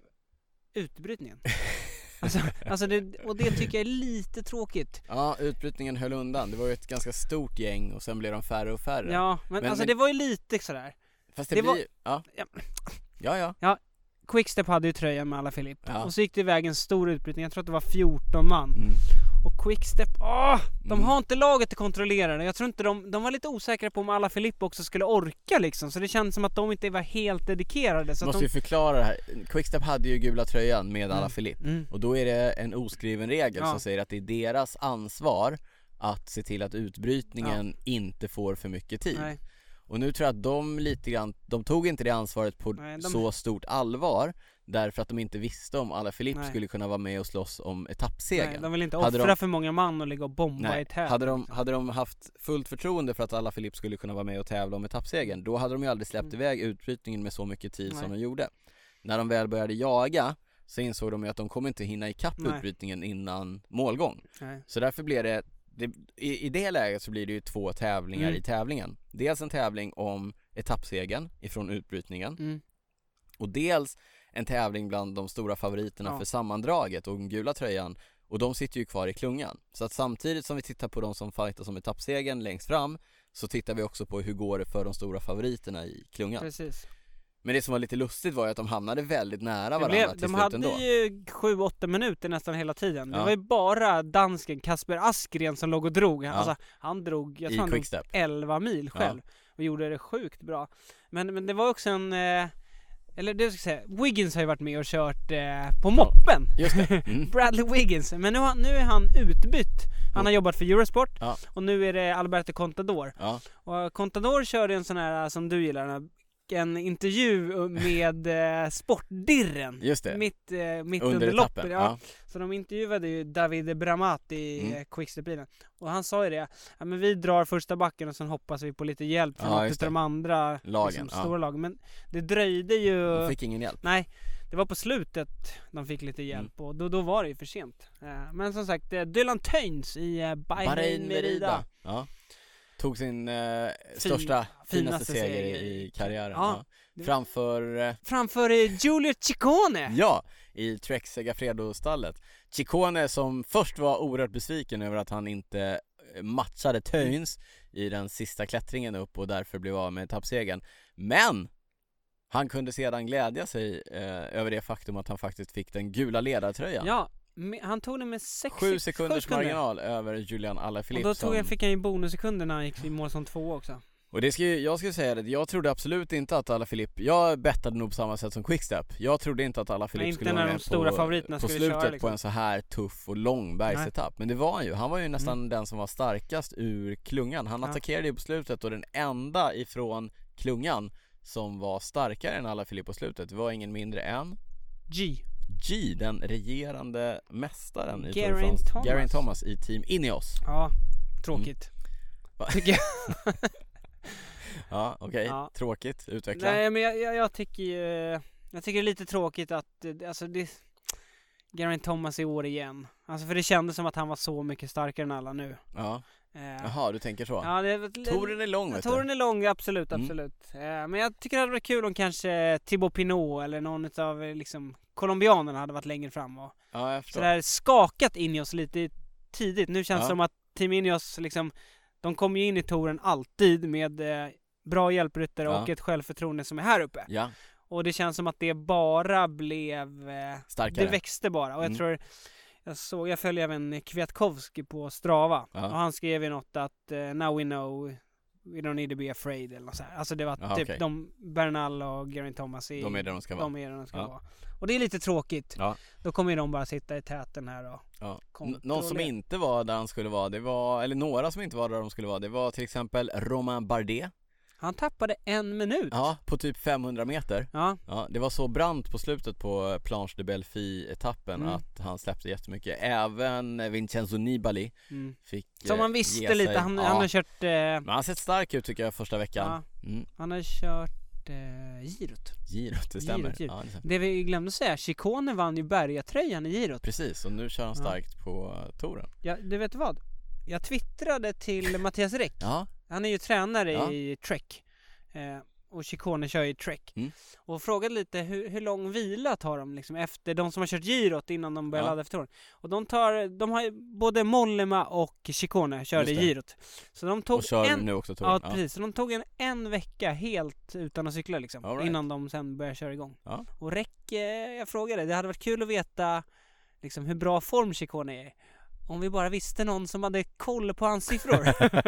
utbrytningen. alltså, alltså det, och det tycker jag är lite tråkigt. Ja, utbrytningen höll undan. Det var ju ett ganska stort gäng och sen blev de färre och färre. Ja, men, men alltså men... det var ju lite sådär. Fast det, det blir... var... ja. Ja. ja, ja. Ja, Quickstep hade ju tröjan med Alaphilippe. Ja. Och så gick det iväg en stor utbrytning. Jag tror att det var fjorton man. Mm. Och Quickstep, åh, de mm. har inte laget att kontrollera det. Jag tror inte de, de var lite osäkra på om Alaphilippe också skulle orka liksom. Så det känns som att de inte var helt dedikerade. Så måste de... ju förklara det här. Quickstep hade ju gula tröjan med mm. Alaphilippe. Mm. Och då är det en oskriven regel ja. som säger att det är deras ansvar att se till att utbrytningen ja. inte får för mycket tid. Nej. Och nu tror jag att de lite grann, de tog inte det ansvaret på Nej, de... så stort allvar. Därför att de inte visste om Alaphilippe skulle kunna vara med och slåss om etappsegern. Nej, de vill inte offra de... för många man och ligga och bomba Nej. i tävling. Hade de, hade de haft fullt förtroende för att Alaphilippe skulle kunna vara med och tävla om etappsegern, då hade de ju aldrig släppt mm. iväg utbrytningen med så mycket tid Nej. som de gjorde. När de väl började jaga så insåg de ju att de kommer inte hinna ikapp Nej. utbrytningen innan målgång. Nej. Så därför blev det, det i, i det läget så blir det ju två tävlingar mm. i tävlingen. Dels en tävling om etappsegern ifrån utbrytningen. Mm. Och dels en tävling bland de stora favoriterna ja. för sammandraget och den gula tröjan. Och de sitter ju kvar i klungan. Så att samtidigt som vi tittar på de som fightar som etappsegern längst fram, så tittar vi också på hur går det för de stora favoriterna i klungan. Precis. Men det som var lite lustigt var ju att de hamnade väldigt nära varandra blev, till de slut ändå. De hade ju sju åtta minuter nästan hela tiden. Ja. Det var ju bara dansken Kasper Askren som låg och drog. Ja. Alltså, han drog, jag tror han drog elva mil själv. Ja. Och gjorde det sjukt bra. Men, men det var också en... Eh, eller det ska jag säga, Wiggins har ju varit med och kört eh, på moppen. Just det. Mm. Bradley Wiggins. Men nu, nu är han utbytt. Han har jobbat för Eurosport. Ja. Och nu är det Alberto Contador. Ja. Och Contador körde en sån här som du gillar, en intervju med eh, Sportdirren. Just det. Mitt, eh, mitt under, under loppet. Ja. Ja. Så de intervjuade ju David Bramat i mm. Quickstep-bilen. Och han sa ju det, ja, men vi drar första backen och sen hoppas vi på lite hjälp från ja, de andra lagen, liksom, ja. stora lagen. Men det dröjde ju... De fick ingen hjälp. Nej, det var på slutet de fick lite hjälp. Mm. Och då, då var det ju för sent. Uh, men som sagt, uh, Dylan Teuns i uh, Bahrain Merida. Ja. Tog sin uh, största, fin, finaste seger i, i karriären. Ja. Ja. Framför... Uh, Framför uh, Giulio Ciccone. Ja, i Trek Segafredo-stallet. Ciccone som först var oerhört besviken över att han inte matchade Teuns i den sista klättringen upp och därför blev av med etappsegern. Men han kunde sedan glädja sig uh, över det faktum att han faktiskt fick den gula ledartröjan. Ja. Han tog det med sex sju sekunders sekunder. marginal över Julian Alaphilippe. Och då tog jag, fick han ju bonussekunder när han gick i mål som två också. Och det ska ju, jag skulle säga det, jag trodde absolut inte att Alaphilippe, jag bettade nog på samma sätt som Quickstep. Jag trodde inte att Alaphilippe skulle vara med stora på, favoriterna på skulle slutet köra, liksom. på en så här tuff och lång bergsetapp. Men det var han ju, han var ju nästan mm. den som var starkast ur klungan. Han ja. attackerade ju på slutet och den enda ifrån klungan som var starkare än Alaphilippe på slutet var ingen mindre än G. G, den regerande mästaren i Geraint Thomas. Thomas. Geraint Thomas i Team Ineos. Ja, tråkigt. Mm. Tycker jag. Ja, okej. Okay. Ja. Tråkigt. Utveckla. Nej, men jag, jag, jag tycker ju, jag tycker det är lite tråkigt att alltså det Geraint Thomas i år igen. Alltså för det kändes som att han var så mycket starkare än alla nu. Ja. Eh, Jaha, du tänker så. Ja, det, Touren är lång, vet du. Touren är lång, absolut, absolut. Mm. Eh, men jag tycker det hade varit kul om kanske Thibaut Pinot eller någon av liksom colombianerna hade varit längre fram och ja, jag förstår. Så där skakat Ineos lite tidigt. Nu känns det ja. som att Team Ineos liksom, de kommer ju in i touren alltid med eh, bra hjälpryttare ja. och ett självförtroende som är här uppe. Ja. Och det känns som att det bara blev eh, starkare. Det växte bara. Och jag mm. tror jag såg, jag följer även Kwiatkowski på Strava. Ja. Och han skrev ju något att uh, now we know we don't need to be afraid eller något så här. Alltså det var Aha, typ okay. de Bernal och Geraint Thomas i, de är där de ska vara. De är där de ska ja. vara. Och det är lite tråkigt. Ja. Då kommer ju de bara sitta i täten här och ja. N- någon som inte var där han skulle vara, det var, eller några som inte var där de skulle vara, det var till exempel Romain Bardet. Han tappade en minut. Ja, på typ femhundra meter. Ja. Ja, det var så brant på slutet på Planche de Belfi-etappen mm. att han släppte jättemycket. Även Vincenzo Nibali mm. fick som man visste lite, han, ja. han har kört... Eh... Men han har sett stark ut tycker jag första veckan. Ja. Mm. Han har kört eh, girot. Girot, det stämmer. Girot, girot. Ja, det stämmer. Det vi glömde säga, Ciccone vann ju bergatröjan i girot. Precis, och nu kör han starkt ja. på touren. Ja, du vet vad? Jag twittrade till Mattias Räck. Ja. Han är ju tränare ja. i Trek. Eh, och Ciccone kör ju Trek mm. och frågade lite hur, hur lång vila tar de liksom efter de som har kört girot innan de börjar ja. ladda efter touren. Och de tar, de har både Mollema och Ciccone körde girot. Så de tog och kör en, nu också touren. Ja, ja precis, så de tog en, en vecka helt utan att cykla liksom right. innan de sen började köra igång. Ja. Och Räck, eh, jag frågade, det hade varit kul att veta liksom hur bra form Ciccone är. Om vi bara visste någon som hade koll på hans siffror.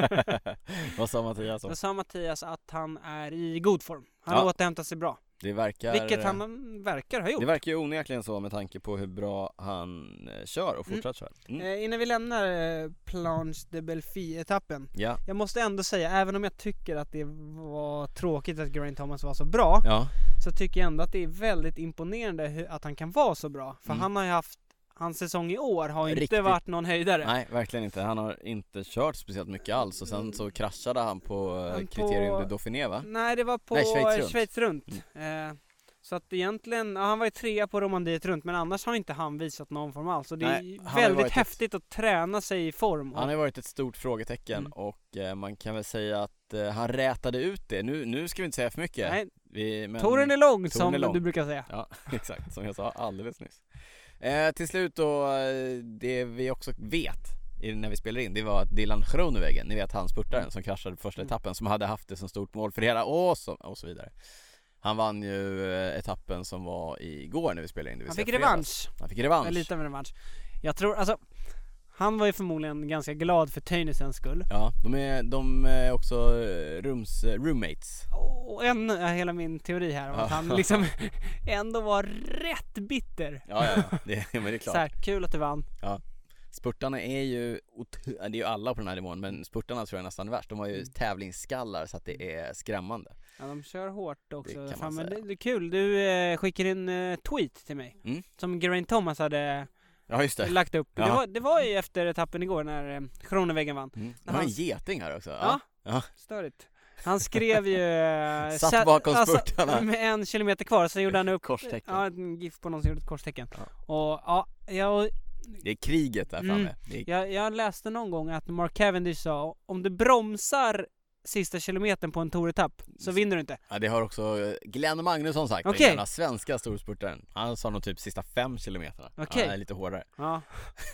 Vad sa Mattias? Vad sa Mattias att han är i god form. Han ja. återhämtar sig bra. Det verkar, Vilket han verkar ha gjort. Det verkar ju onekligen så med tanke på hur bra han eh, kör och fortsatt kör. Mm. Eh, innan vi lämnar eh, Planche de Belfi-etappen. Ja. Jag måste ändå säga, även om jag tycker att det var tråkigt att Geraint Thomas var så bra. Ja. Så tycker jag ändå att det är väldigt imponerande hur, att han kan vara så bra. För mm. han har ju haft hans säsong i år har inte Riktigt. varit någon höjdare. Nej, verkligen inte. Han har inte kört speciellt mycket alls. Och sen så kraschade han på han kriterium på... de Dauphiné, va? Nej, det var på Nej, Schweiz runt, Schweiz runt. Mm. Eh, Så att egentligen, ja, han var ju trea på Romandiet runt, men annars har inte han visat någon form alls. Och det Nej, är väldigt häftigt ett... att träna sig i form. Han har varit ett stort frågetecken mm. och eh, man kan väl säga att eh, han rätade ut det. Nu, nu ska vi inte säga för mycket. Nej, vi, men... touren är lång touren som är lång. Du brukar säga. Ja, exakt, som jag sa alldeles nyss. Eh, till slut då, det vi också vet när vi spelar in, det var att Dylan Groenewegen, ni vet han spurtaren som kraschade på första etappen, som hade haft det som stort mål för hela och så, och så vidare. Han vann ju etappen som var igår när vi spelade in det. Han fick revansch. Han fick revansch. En liten revansch. Jag tror, alltså, han var ju förmodligen ganska glad för Tönnisens skull. Ja, de är, de är också rooms, roommates. Och en är hela min teori här om att han liksom ändå var rätt bitter. Ja, ja, det, men det är klart. Så här, kul att du vann. Ja. Spurtarna är ju, det är ju alla på den här nivån, men spurtarna tror jag är nästan värst. De har ju mm. tävlingsskallar så att det är skrämmande. Ja, de kör hårt också. Det, Fan, men det, det är kul. Du eh, skickar in eh, tweet till mig mm. som Geraint Thomas hade ja, just det. lagt upp. Ja. Det, var, det var ju efter etappen igår när eh, Groenewegen vann. Mm. Det var han... en geting här också. Ja, ja. ja. Störigt. Han skrev ju satt bakom spurtarna alltså, med en kilometer kvar så gjorde han upp korstecken. Ja, en gif på någon som gjorde ett korstecken. Ja. Och ja, jag det är kriget där framme. Mm. Är... Jag, jag läste någon gång att Mark Cavendish sa om du bromsar sista kilometern på en touretapp så vinner du inte. Ja, det har också Glenn Magnusson sagt. Okay. Den svenska storspurtaren. Han sa nog typ sista fem kilometerna. Okay. Ja, lite hårdare. Ja,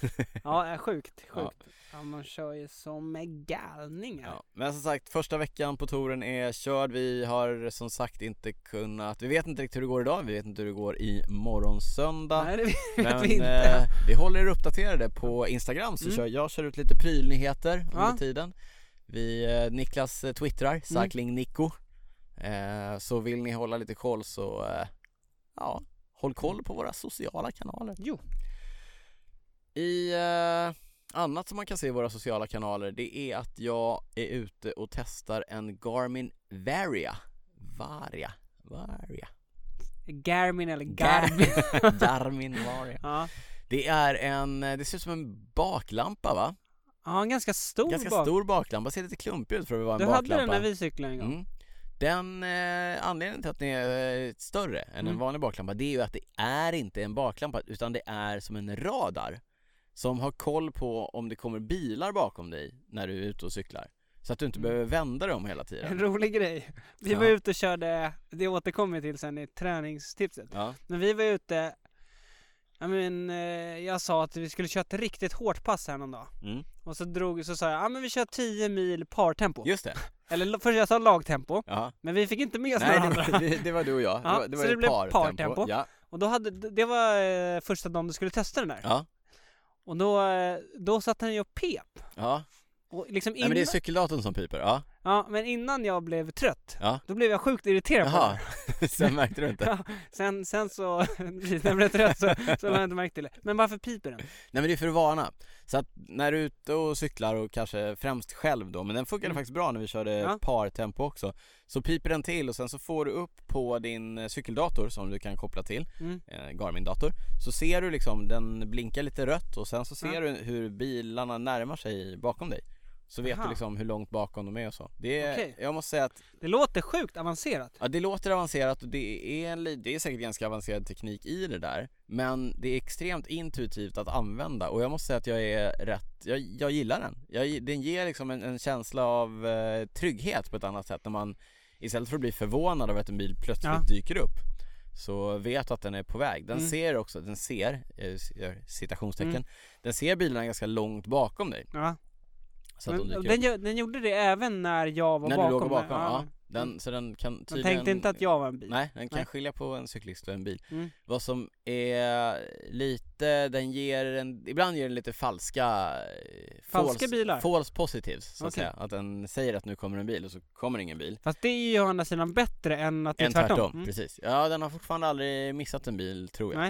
ja är sjukt, sjukt. Ja. Ja, man kör ju som galningar. Ja. Men som sagt, första veckan på touren är körd. Vi har som sagt inte kunnat, vi vet inte riktigt hur det går idag. Vi vet inte hur det går i morgon söndag. Nej, det vet men, vi inte. Eh, vi håller er uppdaterade på Instagram så mm. kör, jag kör ut lite prylnyheter under ja. tiden. Vi, eh, Niklas eh, twittrar, Cycling Nico. Eh, så vill ni hålla lite koll så eh, ja, håll koll på våra sociala kanaler. Jo. I eh, annat som man kan se i våra sociala kanaler, det är att jag är ute och testar en Garmin Varia. Varia. Varia. Garmin eller Garmin. Garmin Varia. Ja. Det är en, det ser ut som en baklampa va? Ja, en ganska stor Ganska bak. stor baklampa, ser lite klumpig ut för att vara en du baklampa. Du hade den när vi cyklade en gång. Mm. Den eh, anledningen till att den är eh, större än mm. en vanlig baklampa, det är ju att det är inte en baklampa utan det är som en radar som har koll på om det kommer bilar bakom dig när du är ute och cyklar. Så att du inte mm. behöver vända dig om hela tiden. En rolig grej. Vi ja. var ute och körde, det återkommer till sen i träningstipset. Ja. Men vi var ute, jag, men, jag sa att vi skulle köra ett riktigt hårt pass här någon dag. Mm. Och så drog så sa jag, ja men vi kör tio mil partempo. Just det. Eller först jag sa lagtempo. Ja. Men vi fick inte med oss Nej, varandra. Det, det var du och jag. Ja, det var, det så var det blev partempo. partempo. Ja. Och då hade, det var eh, första dagen du skulle testa den där. Ja. Och då, eh, då satt han ju och pep. Ja. Och liksom innan... Nej, men det är cykeldatorn som piper, ja. Ja, men innan jag blev trött, ja. då blev jag sjukt irriterad på det. Sen märkte du inte. Ja, sen, sen så, när jag blev trött så, så har jag inte märkt till det. Men varför piper den? Nej, men det är för vana. Så att när du är ute och cyklar och kanske främst själv då, men den funkade mm. faktiskt bra när vi körde ja. partempo också. Så piper den till och sen så får du upp på din cykeldator som du kan koppla till, mm. eh, Garmin-dator. Så ser du liksom, den blinkar lite rött och sen så ser ja. du hur bilarna närmar sig bakom dig. Så vet Aha. du liksom hur långt bakom de är och så. Det är, okay. jag måste säga att det låter sjukt avancerat. Ja, det låter avancerat och det är, det är säkert ganska avancerad teknik i det där. Men det är extremt intuitivt att använda. Och jag måste säga att jag är rätt, jag, jag gillar den. Jag, den ger liksom en, en känsla av eh, trygghet på ett annat sätt. När man istället för att bli förvånad över att en bil plötsligt ja. dyker upp, så vet att den är på väg. Den mm. ser också, den ser, jag citationstecken, mm. den ser bilarna ganska långt bakom dig. Ja. Så men, de den, den gjorde det även när jag var när bakom. När du låg bakom, ja. ja. Den, så den kan tydligen... Man tänkte inte att jag var en bil. Nej, den kan nej. skilja på en cyklist och en bil. Mm. Vad som är lite, den ger en, ibland ger den lite falska... Falska false, bilar? False positives, så okay. att säga. Att den säger att nu kommer en bil och så kommer ingen bil. Fast det är ju å andra sidan bättre än att det är än tvärtom. tvärtom. Mm. Precis. Ja, den har fortfarande aldrig missat en bil, tror jag. Nej.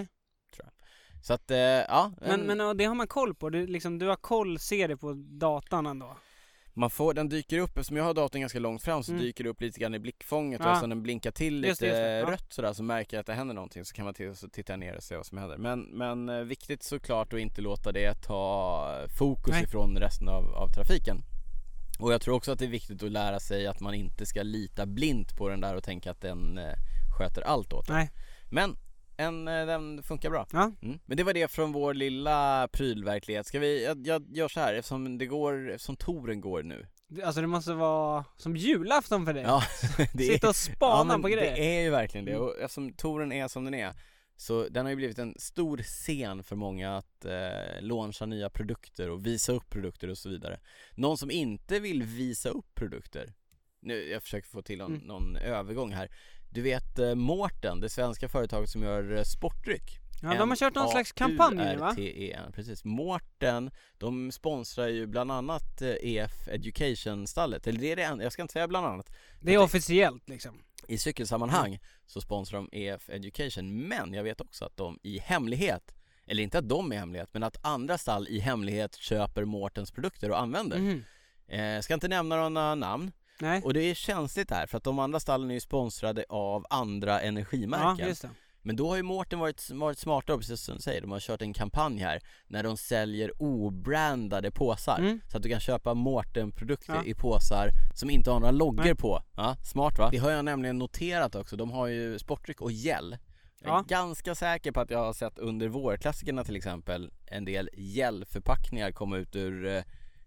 Så att, eh, ja. Men, en... men det har man koll på. Du, liksom, du har koll, ser det på datan ändå. Man får, den dyker upp, eftersom jag har datorn ganska långt fram så mm. dyker det upp lite grann i blickfånget ja. och sen den blinkar till lite just det, just det. Ja. rött sådär, så märker jag att det händer någonting, så kan man t- så titta ner och se vad som händer. Men, men eh, viktigt såklart att inte låta det ta fokus Nej. ifrån resten av, av trafiken. Och jag tror också att det är viktigt att lära sig att man inte ska lita blint på den där och tänka att den eh, sköter allt åt den. Men En, den funkar bra. Ja. Mm. Men det var det från vår lilla prylverklighet. Ska vi, jag, jag gör så här, eftersom det går, eftersom touren går nu. Alltså det måste vara som julafton för dig. Ja, det Sitta är, och spana ja, på grejer. Det är ju verkligen det. Och eftersom touren är som den är, så den har ju blivit en stor scen för många att eh, launcha nya produkter och visa upp produkter och så vidare. Någon som inte vill visa upp produkter, nu jag försöker få till någon, mm. någon övergång här. Du vet eh, Mårten, det svenska företaget som gör eh, sportdryck. Ja, de har kört någon slags kampanj nu, va? Precis. Mårten, de sponsrar ju bland annat eh, E F Education-stallet. Eller det är det enda, jag ska inte säga bland annat. Det är officiellt liksom. I cykelsammanhang mm. så sponsrar de E F Education. Men jag vet också att de i hemlighet, eller inte att de är hemlighet, men att andra stall i hemlighet köper Mårtens produkter och använder. Mm. Eh, ska inte nämna några namn. Nej. Och det är känsligt här, för att de andra stallen är ju sponsrade av andra energimärken. Ja, just det. Men då har ju Mårten varit, varit smartare, precis som du säger. De har kört en kampanj här när de säljer obrandade påsar. Mm. Så att du kan köpa Mårten-produkter ja. i påsar som inte har några loggor Nej. på. Ja, smart va? Det har jag nämligen noterat också. De har ju sportdryck och gel. Jag är ja. ganska säker på att jag har sett under vårklassikerna till exempel en del gelförpackningar komma ut ur eh,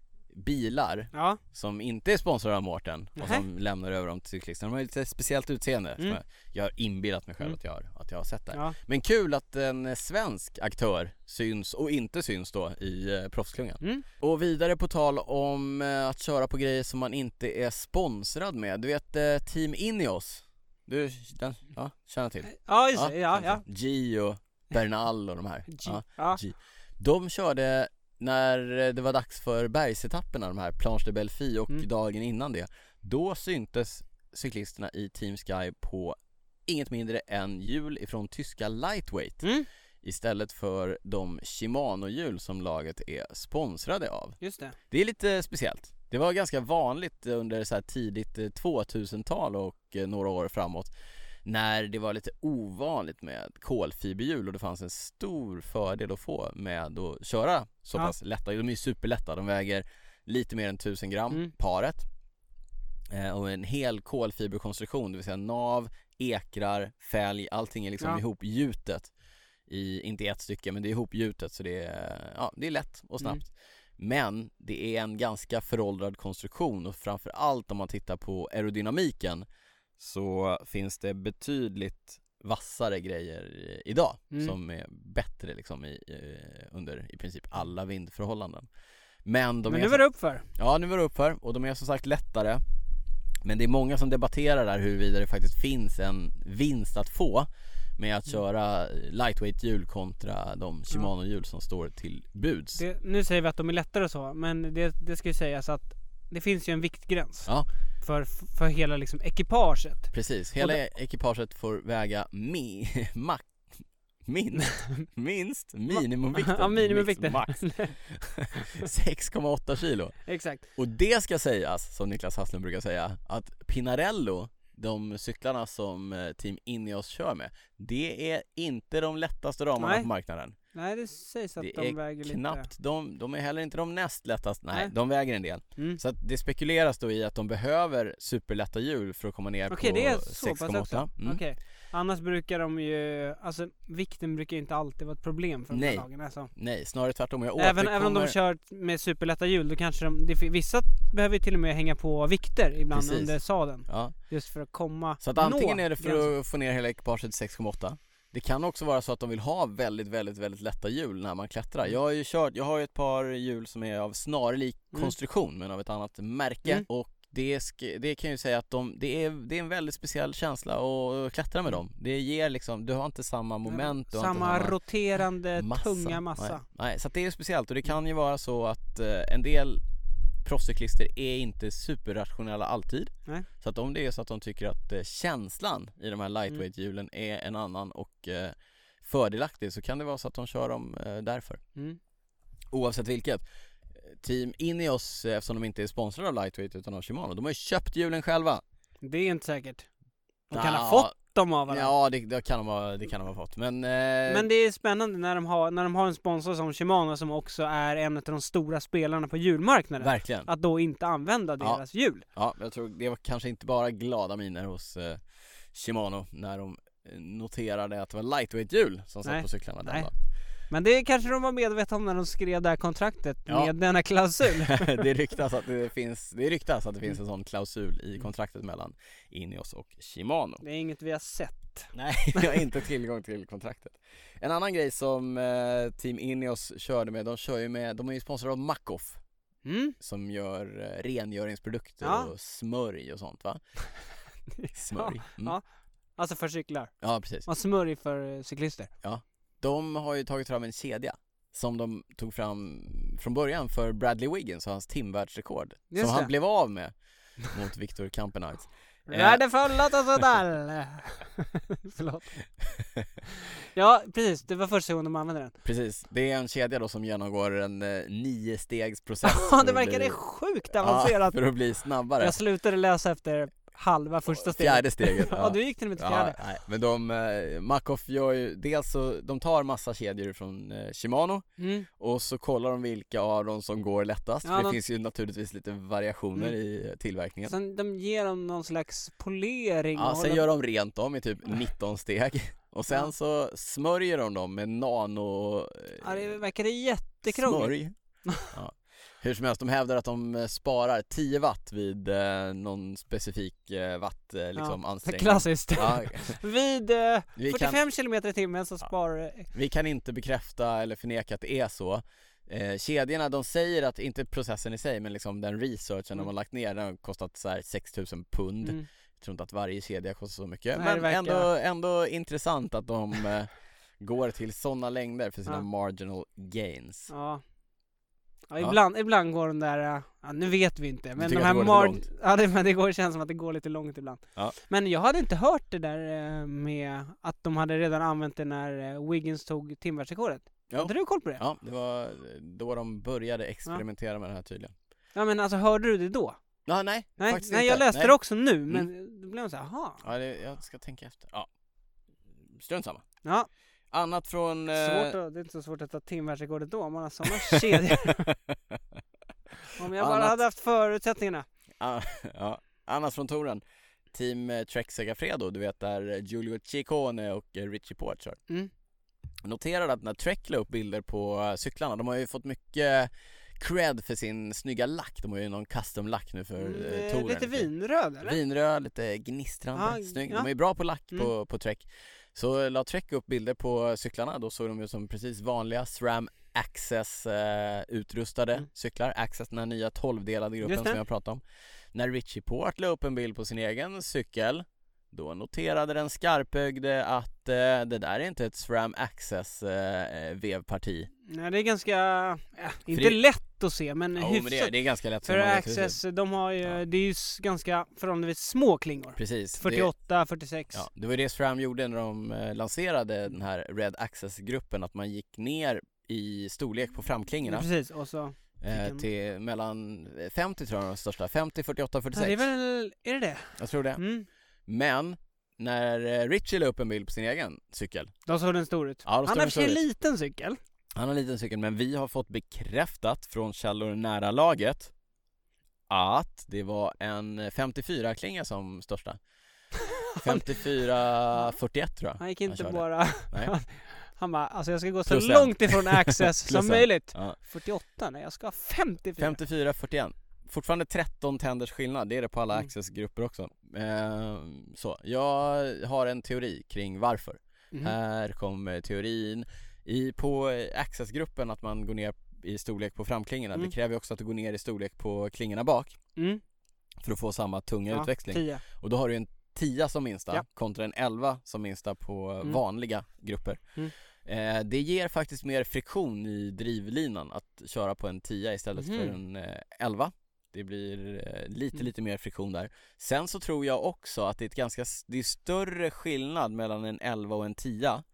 bilar ja. som inte är sponsrade av Mårten och Nej. som lämnar över dem till cyklisterna. De har ju lite speciellt utseende mm. som jag, jag har inbillat mig själv mm. att, jag har, att jag har sett det. Ja. Men kul att en svensk aktör syns och inte syns då i eh, proffsklungan. Mm. Och vidare på tal om eh, att köra på grejer som man inte är sponsrad med. Du vet eh, Team Ineos. Du, den, ja, känner till. Ja, just ja, ja, ja. G och Bernal och de här. G. Ja, ja. G. De körde när det var dags för bergsetapperna, de här Planche de Belfi och mm. dagen innan det, då syntes cyklisterna i Team Sky på inget mindre än hjul ifrån tyska Lightweight mm. istället för de Shimano-hjul som laget är sponsrade av. Just det. Det är lite speciellt. Det var ganska vanligt under så här tidigt tvåtusental och några år framåt, när det var lite ovanligt med kolfiberhjul och det fanns en stor fördel att få med att köra så pass ja. lätta. De är ju superlätta, de väger lite mer än tusen gram mm. paret. Eh, och en hel kolfiberkonstruktion, det vill säga nav, ekrar, fälg, allting är liksom ja. ihopgjutet i, inte i ett stycke, men det är ihopgjutet, så det är, ja, det är lätt och snabbt. Mm. Men det är en ganska föråldrad konstruktion, och framförallt om man tittar på aerodynamiken så finns det betydligt vassare grejer idag mm. som är bättre liksom i, under i princip alla vindförhållanden. Men, de Men är nu var det upp för. Ja, nu var det upp för, och de är som sagt lättare. Men det är många som debatterar där huruvida det faktiskt finns en vinst att få med att köra lightweight-hjul kontra de Shimano-hjul som står till buds. Det, nu säger vi att de är lättare och så, men det, det ska ju sägas att det finns ju en viktgräns ja. för, för hela liksom ekipaget. Precis, hela det, ekipaget får väga mi, max, minst, minst minimumvikten. Ja, minimumvikten. Max sex komma åtta kilo. Exakt. Och det ska sägas, som Niklas Hasslund brukar säga, att Pinarello, de cyklarna som Team Ineos kör med, det är inte de lättaste ramarna Nej. på marknaden. Nej, det sägs att det de väger knappt, lite. De, de är heller inte de näst lättaste. Nej, Nej. de väger en del. Mm. Så att det spekuleras då i att de behöver superlätta hjul för att komma ner okay, på sex komma åtta. Mm. Okej. Okay. Annars brukar de ju, alltså vikten brukar ju inte alltid vara ett problem för de här lagen. Alltså. Nej, snarare tvärtom. Jag även, även om de kör med superlätta hjul, då kanske de, det, vissa behöver till och med hänga på vikter ibland Precis. under sadeln. Ja. Just för att komma Så att antingen är det för gränsen. att få ner hela ekipaget till sex komma åtta. Det kan också vara så att de vill ha väldigt, väldigt, väldigt lätta hjul när man klättrar. Jag har ju kört, jag har ju ett par hjul som är av snarlik mm. konstruktion men av ett annat märke. Mm. Och det, sk- det kan ju säga att de, det, är, det är en väldigt speciell känsla att klättra med dem. Det ger liksom, du har inte samma moment. Du samma, har inte samma roterande, massa. tunga massa. Nej. Nej, så att det är speciellt. Och det kan ju vara så att eh, en del proffscyklister är inte superrationella alltid. Nej. Så att om det är så att de tycker att eh, känslan i de här lightweight-hjulen mm. är en annan och eh, fördelaktig, så kan det vara så att de kör dem eh, därför. Mm. Oavsett vilket. Team Ineos, eftersom de inte är sponsrade av Lightweight utan av Shimano, de har ju köpt hjulen själva. Det är inte säkert. De kan ja, ha fått dem av varandra. Ja, det, det, kan de ha, det kan de ha fått. Men, eh... Men det är spännande när de, har, när de har en sponsor som Shimano, som också är en av de stora spelarna på hjulmarknaden. Verkligen. Att då inte använda deras ja. hjul. Ja, jag tror det var kanske inte bara glada miner hos eh, Shimano när de noterade att det var lightweight-hjul som satt Nej. på cyklarna den dagen. Men det kanske de var medvetna om när de skrev det här kontraktet ja. med denna klausul. det ryktas att det finns det ryktas att det finns en sån klausul i kontraktet mellan Ineos och Shimano. Det är inget vi har sett. Nej, jag har inte tillgång till kontraktet. En annan grej som eh, Team Ineos körde med, de kör ju med, de är ju sponsrade av Makoff. Mm. Som gör eh, rengöringsprodukter ja. och smörj och sånt, va? Smörj. Mm. Ja. Alltså för cyklar. Ja, precis. Och smörj för cyklister. Ja. De har ju tagit fram en kedja som de tog fram från början för Bradley Wiggins och hans timvärldsrekord. Som det. han blev av med mot Victor Campenaerts. Värdefulla och sådär. Förlåt. Ja, precis. Det var första gången de använde den. Precis. Det är en kedja då som genomgår en eh, nio stegs process. Ja, det verkar bli... sjukt avancerat. Ja, för att bli snabbare. Jag slutade läsa efter halva första steget. Fjärde steget. Ja, ja du gick till med till fjärde. Ja, nej. Men de, eh, Makoff gör ju, dels så, de tar massa kedjor från eh, Shimano mm. och så kollar de vilka av dem som går lättast. Ja, för det de... finns ju naturligtvis lite variationer mm. i tillverkningen. Sen de ger dem någon slags polering. Ja, sen hålla... gör de rent dem i typ nitton steg. Och sen ja. så smörjer de dem med nano... Ja, det verkar jättekrångligt. Smörj. Ja. Hur som helst, de hävdar att de sparar tio watt vid eh, någon specifik eh, watt eh, liksom, ja, ansträngning. Klassiskt. Ja. vid eh, fyrtiofem kan, kilometer i timmen så sparar... Ja. Vi kan inte bekräfta eller förneka att det är så. Eh, kedjorna, de säger att, inte processen i sig, men liksom den researchen mm. de har lagt ner, den har kostat så här sex tusen pund. Mm. Jag tror inte att varje kedja kostar så mycket. Nej, men ändå, ändå intressant att de eh, går till sådana längder för sina ja. marginal gains. Ja. Ja, ibland, ja. ibland går den där, ja, nu vet vi inte, men de här det mar- ja, det, men det går, känns som att det går lite långt ibland. Ja. Men jag hade inte hört det där med att de hade redan använt det när Wiggins tog timvärldsrekordet. Ja. Hade du koll på det? Ja, det var då de började experimentera ja. med det här tydligen. Ja, men alltså hörde du det då? Ja, nej, nej, faktiskt nej inte. Jag läste nej. det också nu, men mm. då blev jag så här, aha. Ja, det, jag ska tänka efter. Ja. Strunt samma. Ja. Annat från... Svårt att, det är inte så svårt att ta timvärldsrekordet då om man har sådana kedjor. Om jag bara Annat... hade haft förutsättningarna. Ja, annat från touren. Team Trek Segafredo, du vet där Giulio Ciccone och Richie Porte kör. Mm. Noterade att när Trek la upp bilder på cyklarna, de har ju fått mycket cred för sin snygga lack. De har ju någon custom lack nu för mm, touren. Lite vinröd eller? Vinröd, lite gnistrande, ah, snygg. Ja. De är ju bra på lack mm. på, på Trek. Så la Trek upp bilder på cyklarna, då såg de ju som precis vanliga SRAM Access eh, utrustade mm. cyklar. Access, den här nya tolvdelade gruppen som jag pratade om. När Richie Porte la upp en bild på sin egen cykel, då noterade den skarpögde att eh, det där är inte ett SRAM Access eh, vevparti. Nej, det är ganska, ja, inte det... lätt att se, men jo, hyfsat. Men det, är, det är ganska lätt. För Access, de har ju, ja. det är ju ganska förhållandevis små klingor. Precis. fyrtioåtta, det, fyrtiosex. Ja, det var det SRAM gjorde när de eh, lanserade den här Red Access-gruppen, att man gick ner i storlek på framklingorna. Ja, precis, och så... Eh, till mellan femtio tror jag de största, femtio, fyrtioåtta, fyrtiosex. Ja, det är väl, är det det? Jag tror det. Mm. Men när Richie la upp en bild på sin egen cykel, då såg den stor ut. Ja, han har en liten cykel. Han har en liten cykel, men vi har fått bekräftat från källor nära laget att det var en femtiofyra klinga som största. femtiofyra fyrtioett tror jag. Han gick inte han bara... Nej. Han bara, alltså jag ska gå så Plus långt ifrån Access som möjligt. Ja. fyrtioåtta, nej jag ska ha femtiofyra. femtiofyra fyrtioett. Fortfarande tretton tänders skillnad, det är det på alla mm. Access-grupper också. Eh, så, jag har en teori kring varför. Mm. Här kommer teorin. I, på Access-gruppen att man går ner i storlek på framklingorna. Mm. Det kräver också att du går ner i storlek på klingorna bak. Mm. För att få samma tunga ja, utväxling. tio. Och då har du en tio som minsta ja. kontra en elva som minsta på mm. vanliga grupper. Mm. Eh, det ger faktiskt mer friktion i drivlinan att köra på en tio istället mm. för en eh, elva. Det blir eh, lite mm. lite mer friktion där. Sen så tror jag också att det är ett ganska det är större skillnad mellan en elva och en tio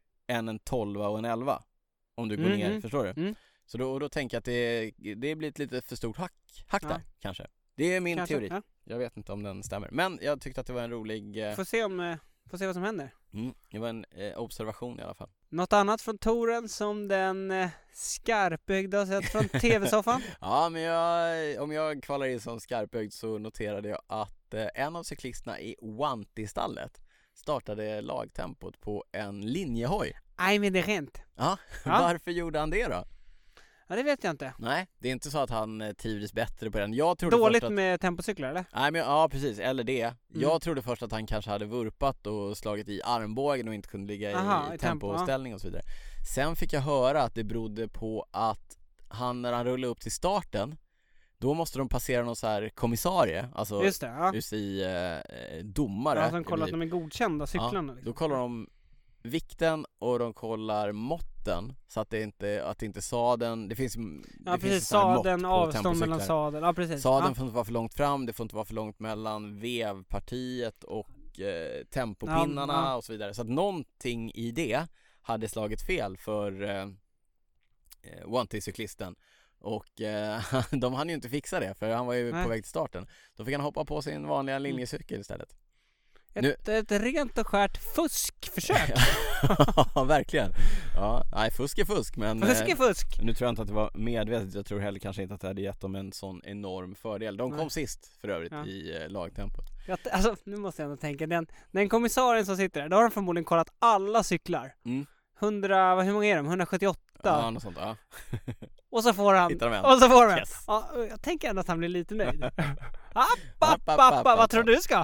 än en tolva och en elva. Om du går mm. ner, förstår du? Mm. Så då, då tänker jag att det, det blir ett lite för stort hack, hack ja. där, kanske. Det är min kanske, teori. Ja. Jag vet inte om den stämmer. Men jag tyckte att det var en rolig... Eh... Får se om... Eh... Får se vad som händer. Mm, det var en eh, observation i alla fall. Något annat från touren som den eh, skarpögda har sett från tv-soffan? Ja, men jag, om jag kvalar in som skarpögd så noterade jag att eh, en av cyklisterna i Wanty-stallet startade lagtempot på en linjehoj. Nej, men det är rent. Ja, ja. Varför gjorde han det då? Ja, det vet jag inte. Nej, det är inte så att han eh, trivdes bättre på den. Jag trodde Dåligt att... med tempocyklar, eller? Nej, men ja, precis. Eller det. Mm. Jag trodde först att han kanske hade vurpat och slagit i armbågen och inte kunde ligga Aha, i, i tempoställning och så vidare. Sen fick jag höra att det berodde på att han, när han rullade upp till starten, då måste de passera någon så här kommissarie. Alltså just det, ja. just i eh, domare. Ja, de kollar att de är godkända cyklarna. Ja, liksom. Då kollar de vikten och de kollar måtten så att det inte att det inte sadeln det finns ja det precis finns sadeln avstånd mellan sadel ja precis sadeln ja. får inte vara för långt fram, det får inte vara för långt mellan vevpartiet och eh, tempopinnarna ja, ja. och så vidare, så att någonting i det hade slagit fel för eh, Wanty-cyklisten och eh, de hann ju inte fixa det för han var ju Nej. på väg till starten. Då fick han hoppa på sin vanliga linjecykel istället. Ett, nu... ett rent och skärt fuskförsök. Ja, verkligen. Ja, nej, fusk är fusk, men fusk är fusk. Eh, nu tror jag inte att det var medvetet. Jag tror heller kanske inte att det hade gett dem en sån enorm fördel. De kom nej. sist för övrigt ja. i eh, lagtempot. Jag, alltså, nu måste jag ändå tänka den, den kommissarien som sitter där, då har de förmodligen kollat alla cyklar. Mm. hundra, hur många är de? hundrasjuttioåtta. Ja, något sånt, ja. Och så får han. Och så får han. Yes. Ja, jag tänker ändå att han blir lite nöjd. App, app, app, app, vad tror du ska?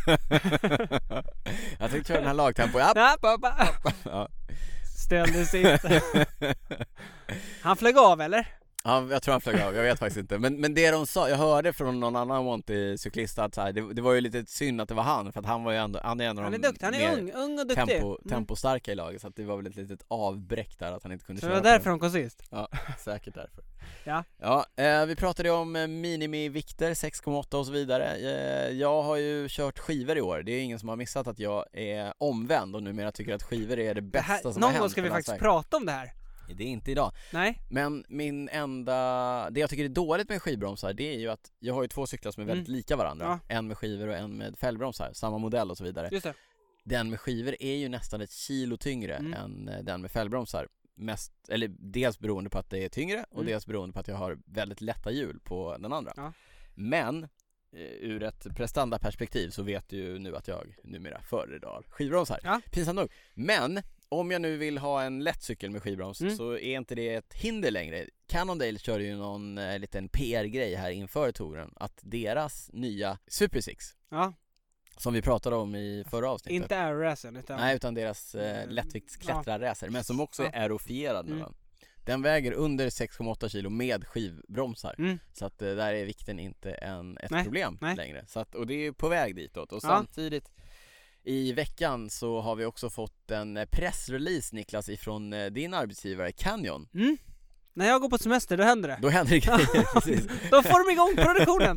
Jag tänkte köra den här lagtempo. App, app, app, app. Ja. Ställde sig. Han flög av, eller? Ja, jag tror han flög av, jag vet faktiskt inte. Men, men det de sa, jag hörde från någon annan Monty-cyklist att så här, det, det var ju lite synd att det var han. För att han var ju ändå, han är en av Han är de duktig, han är ung, ung och duktig. tempo, mm. tempostarka i laget. Så att det var väl ett litet avbräck där att han inte kunde så köra. Så det var därför de kom sist? Ja, säkert därför. Ja, ja eh, vi pratade ju om minimivikter, sex komma åtta och så vidare. eh, Jag har ju kört skivor i år. Det är ingen som har missat att jag är omvänd och numera tycker att skivor är det bästa det här, som har hänt. Någon gång ska vi faktiskt prata om det här. Det är inte idag. Nej. Men min enda, det jag tycker är dåligt med skivbromsar, det är ju att jag har ju två cyklar som är väldigt mm. lika varandra. Ja. En med skivor och en med fällbromsar, samma modell och så vidare. Just det. Den med skivor är ju nästan ett kilo tyngre mm. än den med fällbromsar. Mest, eller dels beroende på att det är tyngre och mm. dels beroende på att jag har väldigt lätta hjul på den andra. Ja. Men eh, ur ett prestandaperspektiv så vet du ju nu att jag numera föredrar skivbromsar. Ja. Pinsamt nog. Men om jag nu vill ha en lätt cykel med skivbroms mm. så är inte det ett hinder längre. Cannondale kör ju någon eh, liten P R-grej här inför touren, att deras nya Super Six, ja. som vi pratade om i förra avsnittet. Inte aero-racen utan... Nej, utan deras eh, lättviktsklättrarracer, ja. men som också är aerofierad mm. Den väger under sex komma åtta kilo med skivbromsar. Mm. Så att eh, där är vikten inte en, ett Nej. problem Nej. längre. Så att, och det är på väg ditåt. Och ja. samtidigt i veckan så har vi också fått en pressrelease, Niklas, ifrån din arbetsgivare Canyon. Mm. När jag går på semester, då händer det. Då händer det grejer, precis. Då får de igång produktionen.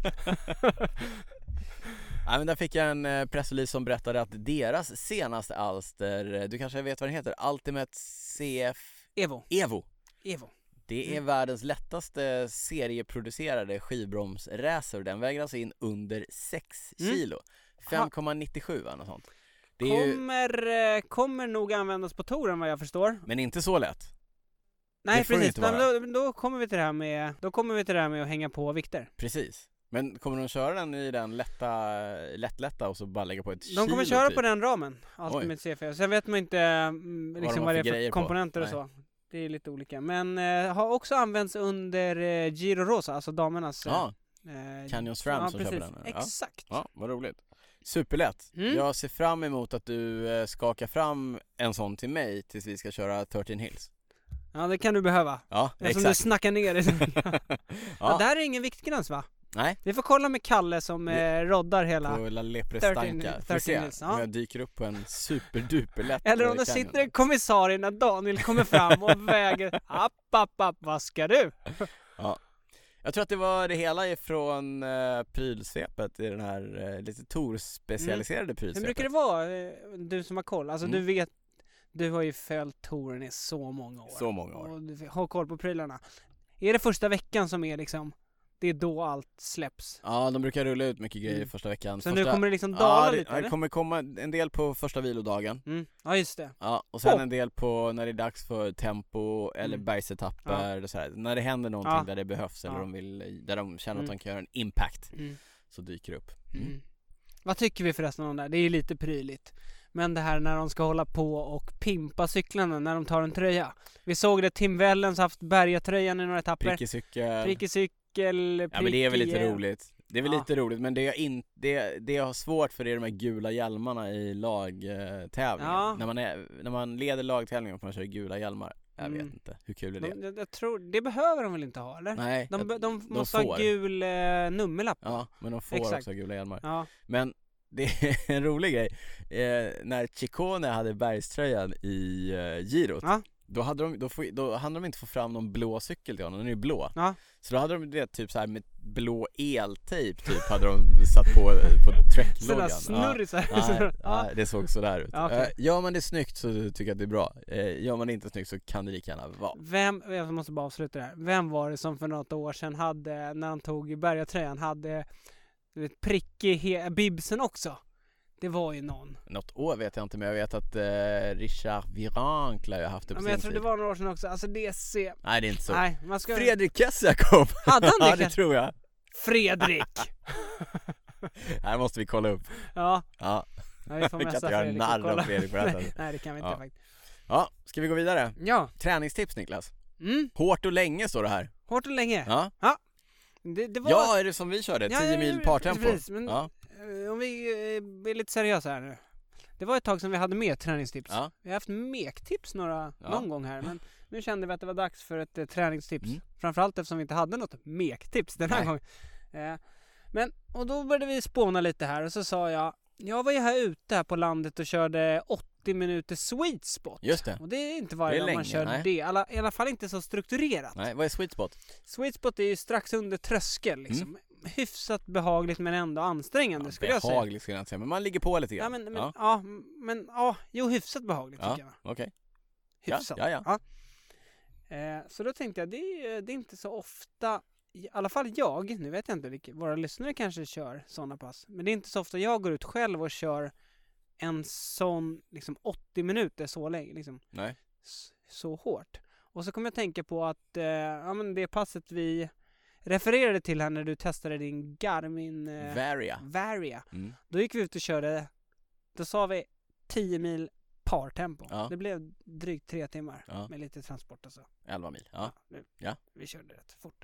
Ja, men där fick jag en pressrelease som berättade att deras senaste alster, du kanske vet vad den heter, Ultimate C F... Evo. Evo. Evo. Det är mm. världens lättaste serieproducerade skivbromsracer. Den väger alltså in under sex mm. kilo. fem komma nittiosju eller något sånt. Det kommer, ju... kommer nog användas på touren vad jag förstår. Men inte så lätt. Nej, precis. Men då, då kommer vi till det här med då kommer vi till det här med att hänga på vikter. Precis. Men kommer de köra den i den lätta lättlätta och så bara lägga på ett kilo? De kommer köra typ? på den ramen. Allt med C F. Sen vet man inte liksom vad, vad det är för komponenter och så. Det är lite olika. Men eh, har också använts under eh, Giro Rosa, alltså damernas ja. eh, Canyon SRAM ja, som precis. köper den. Exakt. Ja, ja, vad roligt. Superlätt. Mm. Jag ser fram emot att du eh, skakar fram en sån till mig tills vi ska köra tretton Hills. Ja, det kan du behöva. Ja, eftersom exakt. Du snackar ner det. ja. ja, där är ingen viktgräns, va? Nej. Vi får kolla med Kalle som eh, roddar hela på La Leprestanka. tretton Hills. Ja. Om jag dyker upp på en superduperlätt. Eller om det sitter en kommissarie när Daniel kommer fram och väger. App, app, app, vad ska du? Ja. Jag tror att det var det hela ifrån uh, prylsvepet i den här uh, lite Tour-specialiserade mm. prylsvepet. Hur brukar det vara, du som har koll? Alltså mm. du vet, du har ju följt touren i så många år. Så många år. Och du har koll på prylarna. Är det första veckan som är liksom, det är då allt släpps? Ja, de brukar rulla ut mycket grejer mm. första veckan. Så första... nu kommer det liksom dala ja, det, lite, ja, eller? det kommer komma en del på första vilodagen. Mm. Ja, just det. Ja, och sen oh. en del på när det är dags för tempo eller mm. bergsetapper. Ja. Så här. När det händer någonting ja. där det behövs eller ja. de vill, där de känner mm. att de kan göra en impact mm. så dyker det upp. Mm. Mm. Vad tycker vi förresten om det här? Det är ju lite pryligt. Men det här när de ska hålla på och pimpa cyklarna när de tar en tröja. Vi såg det, Tim Wellens haft bergatröjan i några etapper. Prickcykel. Prickcykel. Ja, men det är väl lite roligt. Det är väl ja. lite roligt, men det jag, in, det, det jag har svårt för det är de här gula hjälmarna i lagtävlingen. Ja. När, man är, när man leder lagtävlingen får man köra gula hjälmar. Jag mm. vet inte, hur kul är det? De, jag, jag tror, det behöver de väl inte ha, eller? Nej. De, de, de måste de ha gul eh, nummerlapp. Ja, men de får Exakt. också gula hjälmar. Ja. Men det är en rolig grej. Eh, när Ciccone hade bergströjan i eh, girot. Ja. Då hade de då, får, då hade de inte få fram någon blå cykel till honom, den är ju blå. Ja. Så då hade de det typ så här med blå eltejp typ hade de satt på på trackloggan. Snurrisar. Ja. Ja, ja, det såg så där ut. Ja, okay. Gör man det snyggt så tycker jag att det är bra. Gör man det inte snyggt så kan det lika gärna vara. Vem, jag måste bara avsluta det här. Vem var det som för något år sedan hade, när han tog bergatröjan, hade vet, prickig bibsen också? Det var ju någon. Något år vet jag inte, men jag vet att eh, Richard Virenque har haft det på ja, sin men jag tror tid. det var några år sedan också. Alltså det ser... Nej, det är inte så. Nej, man ska... Fredrik Kessiakow. Hade han det? Ja, det tror jag. Fredrik. Här måste vi kolla upp. Ja. Ja. Ja, vi får vi kan inte göra narr av Fredrik på det här. Nej, det kan vi inte ja. faktiskt. Ja, ska vi gå vidare? Ja. Träningstips, Niklas. Mm. Hårt och länge står det här. Hårt och länge? Ja. Ja. Det, det var... Ja, är det som vi körde? tio ja, mil partempo. Precis, men ja. om vi är lite seriösa här nu. Det var ett tag som vi hade med träningstips. Ja. Vi har haft mektips några, Ja. någon gång här. Men nu kände vi att det var dags för ett eh, träningstips. Mm. Framförallt eftersom vi inte hade något mektips den här Nej. gången. Eh, men, och då började vi spåna lite här. Och så sa jag, jag var ju här ute här på landet och körde åttio minuter sweet spot. Just det. Och det är inte varje Det är dag man länge, kör nej. det. Alla, I alla fall inte så strukturerat. Nej, vad är sweet spot? Sweet spot är ju strax under tröskel liksom. Mm. Hyfsat behagligt men ändå ansträngande, skulle jag säga. Behagligt skulle jag inte säga, men man ligger på lite Ja grann. men, men, ja. ja. men ja, jo hyfsat behagligt Ja, tycker jag. okej. Ja, Hyfsat. ja, ja. Eh, så då tänkte jag, det är, det är inte så ofta, i alla fall jag, nu vet jag inte vilka, våra lyssnare kanske kör sådana pass, men det är inte så ofta jag går ut själv och kör en sån liksom åttio minuter så länge, liksom, Nej. s- så hårt. Och så kommer jag tänka på att eh, ja, men det passet vi refererade till här när du testade din Garmin eh, Varia. Varia. Mm. Då gick vi ut och körde, då sa vi tio mil partempo. Ja. Det blev drygt tre timmar Ja. med lite transport och så. elva mil. Ja. vi, Ja. vi körde rätt fort.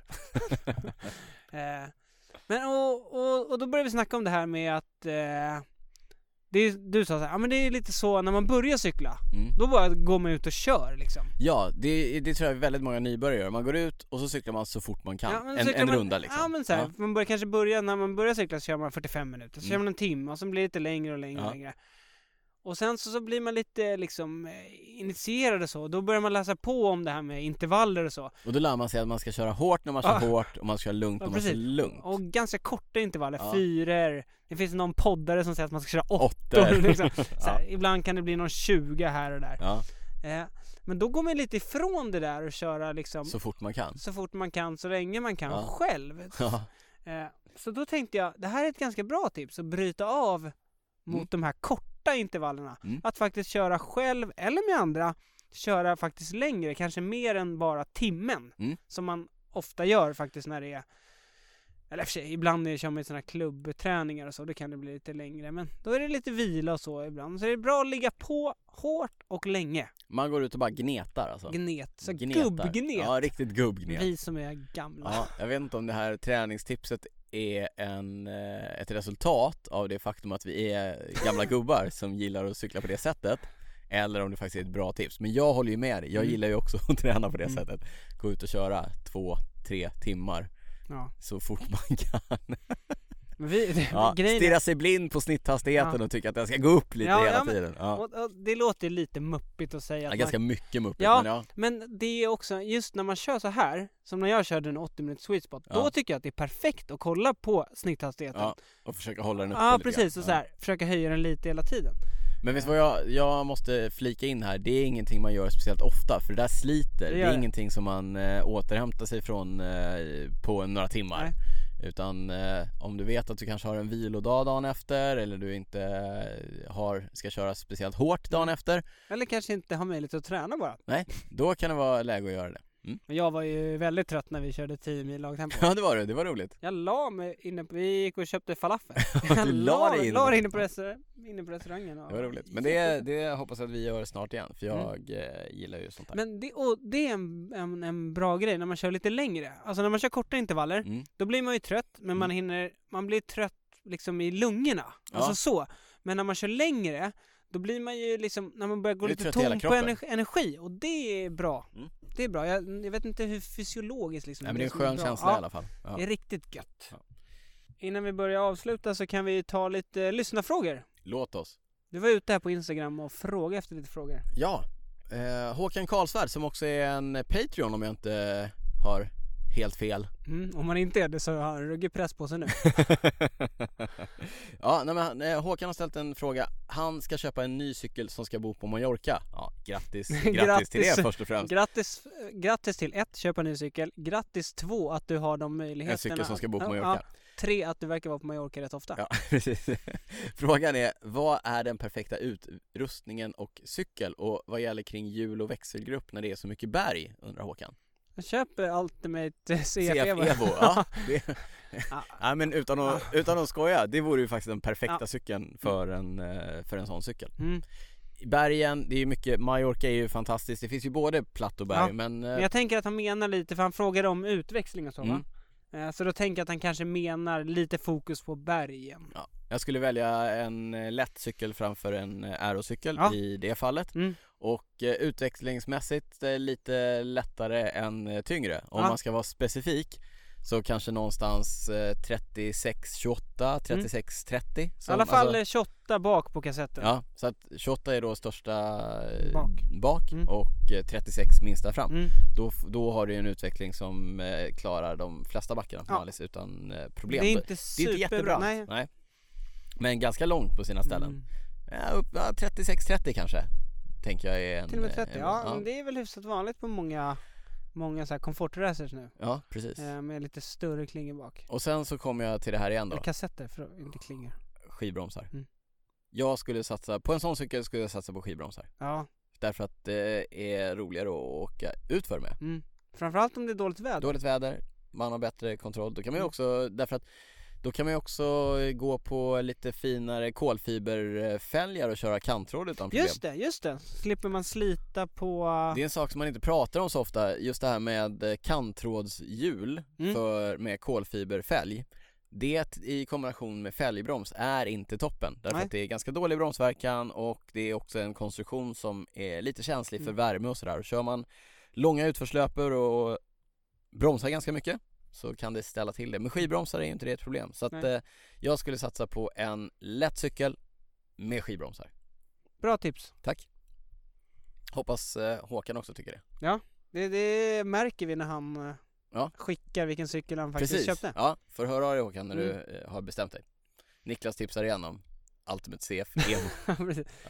eh, men och, och, och då började vi snacka om det här med att eh, det är, du sa så här, ja men det är lite så när man börjar cykla. Mm. Då bara går man ut och kör liksom. Ja, det, det tror jag väldigt många nybörjare gör. Man går ut och så cyklar man så fort man kan. Ja, men en cyklar en man, runda liksom. Ja men så här, Ja. man börjar kanske börja, när man börjar cykla så kör man fyrtiofem minuter. Så Mm. kör man en timme och så blir det lite längre och längre Ja. och längre. Och sen så, så blir man lite liksom eh, initierad och så. Då börjar man läsa på om det här med intervaller och så. Och då lär man sig att man ska köra hårt när man kör Ja. hårt och man ska köra lugnt Ja, när man kör precis. lugnt. Och ganska korta intervaller, Ja. fyror. Det finns någon poddare som säger att man ska köra åttor. Åttor. Liksom. Så här, Ja. ibland kan det bli någon tjugo här och där. Ja, Eh, men då går man lite ifrån det där och köra liksom så fort man kan. så fort man kan, så länge man kan Ja. själv. Ja. Eh, så då tänkte jag, det här är ett ganska bra tips, att bryta av mot Mm. de här korta intervallerna. Mm. Att faktiskt köra själv eller med andra, köra faktiskt längre, kanske mer än bara timmen. Mm. Som man ofta gör faktiskt när det är, eller i och för sig, ibland när jag kör med sådana klubbträningar och så, då kan det bli lite längre. Men då är det lite vila och så ibland. Så det är bra att ligga på hårt och länge. Man går ut och bara gnetar alltså. Gnet, så Gnetar. gubbgnet. Ja, riktigt gubbgnet. Vi som är gamla. Ja, jag vet inte om det här träningstipset är en, eh, ett resultat av det faktum att vi är gamla gubbar som gillar att cykla på det sättet, eller om det faktiskt är ett bra tips. Men jag håller ju med dig. Jag Mm. gillar ju också att träna på det Mm. sättet. Gå ut och köra två, tre timmar Ja. så fort man kan. Men vi, det, Ja, grejen är- stirra sig blind på snitthastigheten Ja. och tycka att den ska gå upp lite Ja, hela ja, men- tiden. Ja. och, och det låter lite muppigt att säga Ja, att ganska man, mycket muppigt, Ja. men ja. men det är också, just när man kör så här, som när jag körde en åttio minuters sweet spot, Ja. då tycker jag att det är perfekt att kolla på snitthastigheten. Ja, och försöka hålla den uppe Ja, lite precis, grann. och så här, försöka höja den lite hela tiden. Men vet du vad jag, jag måste flika in här, det är ingenting man gör speciellt ofta, för det där sliter, Det det, gör är det. ingenting som man eh, återhämtar sig från eh, på några timmar. Nej. Utan eh, om du vet att du kanske har en vilodag dagen efter, eller du inte eh, har, ska köra speciellt hårt dagen efter, Eller kanske inte har möjlighet att träna bara. då kan det vara läge att göra det. Mm. Men jag var ju väldigt trött när vi körde tio mil lagtempo. Ja, det var det, det var roligt. Jag la mig inne på, vi gick och köpte falafel. Du Jag la dig inne la på- det inne på, restaur- inne på restaurangen. och- Det var roligt. Men det, det hoppas jag att vi gör snart igen, för jag Mm. eh, gillar ju sånt här. Men det, och det är en, en, en bra grej när man kör lite längre. Alltså när man kör korta intervaller, Mm. då blir man ju trött, men man Mm. hinner, man blir trött liksom i lungorna. Ja. Alltså så. Men när man kör längre, då blir man ju liksom, när man börjar gå Du är lite trött i hela tom på kroppen. energi, energi, och det är bra. Mm. Det är bra. Jag, jag vet inte hur fysiologiskt liksom. Nej, men det är en som är skön bra. känsla Ja, i alla fall. Ja. det är riktigt gött. Ja. Innan vi börjar avsluta så kan vi ta lite eh, lyssnarfrågor. Låt oss. Du var ute här på Instagram och frågade efter lite frågor. Ja, eh, Håkan Karlsvärd som också är en Patreon om jag inte har helt fel. Mm, om man inte är det så har han ruggig press på sig nu. Ja, nej, men, eh, Håkan har ställt en fråga. Han ska köpa en ny cykel som ska bo på Mallorca. Ja, grattis, grattis till Grattis. det först och främst. Grattis, grattis till ett, köpa en ny cykel. Grattis två, att du har de möjligheterna. En cykel som ska bo på Ja, Mallorca. ja. Tre, att du verkar vara på Mallorca rätt ofta. Ja, precis. Frågan är, vad är den perfekta utrustningen och cykel? Och vad gäller kring hjul och växelgrupp när det är så mycket berg, undrar Håkan. Jag köper Ultimate C C F F Evo. Evo, ja. Det, Ja. ja men utan att, utan att skoja, det vore ju faktiskt den perfekta Ja. cykeln för en, eh, för en sån cykel. Mm. I bergen, det är ju mycket, Mallorca är ju fantastiskt. Det finns ju både platt och berg, Ja, men, eh, Men jag tänker att han menar lite, för han frågade om utväxling och så Mm. va? Eh, Så då tänker jag att han kanske menar lite fokus på bergen. ja, Jag skulle välja en lätt cykel framför en aerocykel Ja. i det fallet. Mm. Och eh, utvecklingsmässigt eh, lite lättare än eh, tyngre. Om Ja. man ska vara specifik så kanske någonstans eh, trettiosex tjugoåtta, trettiosex trettio. I som- alla fall alltså- tjugoåtta bak på kassetten. Ja, så att tjugoåtta är då största eh, Bak. bak Mm. och eh, trettiosex minsta fram. Mm. Då, f- då har du en utveckling som eh, klarar de flesta backarna på Ja. Mallis utan eh, problem. Det är Det inte är superbra. inte jättebra. Nej. Nej. Men ganska långt på sina ställen. Mm. Ja, upp, ja, trettiosex trettio kanske, tänker jag är en... Till och med trettio, en, ja, ja. men det är väl hyfsat vanligt på många Många så här komfortracers nu Ja, precis. eh, med lite större klingor bak. Och sen så kommer jag till det här igen då. Eller kassetter, för inte klingor. Skivbromsar. Mm. Jag skulle satsa, på en sån cykel skulle jag satsa på skivbromsar. Ja, Därför att det är roligare att åka utför med. mm. Framförallt om det är dåligt väder. Dåligt väder, man har bättre kontroll. Då kan man ju Mm. också, därför att då kan man ju också gå på lite finare kolfiberfälgar och köra kanttråd utan problem. Just det, just det. Slipper man slita på... Det är en sak som man inte pratar om så ofta, just det här med kanttrådshjul Mm. för, med kolfiberfälg. Det i kombination med fälgbroms är inte toppen. Därför Nej. att det är ganska dålig bromsverkan och det är också en konstruktion som är lite känslig för Mm. värme och sådär. Kör man långa utförslöpor och bromsar ganska mycket så kan det ställa till det. Men skivbromsar är ju inte det ett problem. Så att Nej. eh, jag skulle satsa på en lätt cykel med skivbromsar. Bra tips. Tack. Hoppas eh, Håkan också tycker det. Det, det märker vi när han eh, Ja. skickar vilken cykel han faktiskt Precis. köpte. Ja, får höra av dig Håkan när Mm. du eh, har bestämt dig. Niklas tipsar igen om Ultimate C F Evo. Precis. Ja.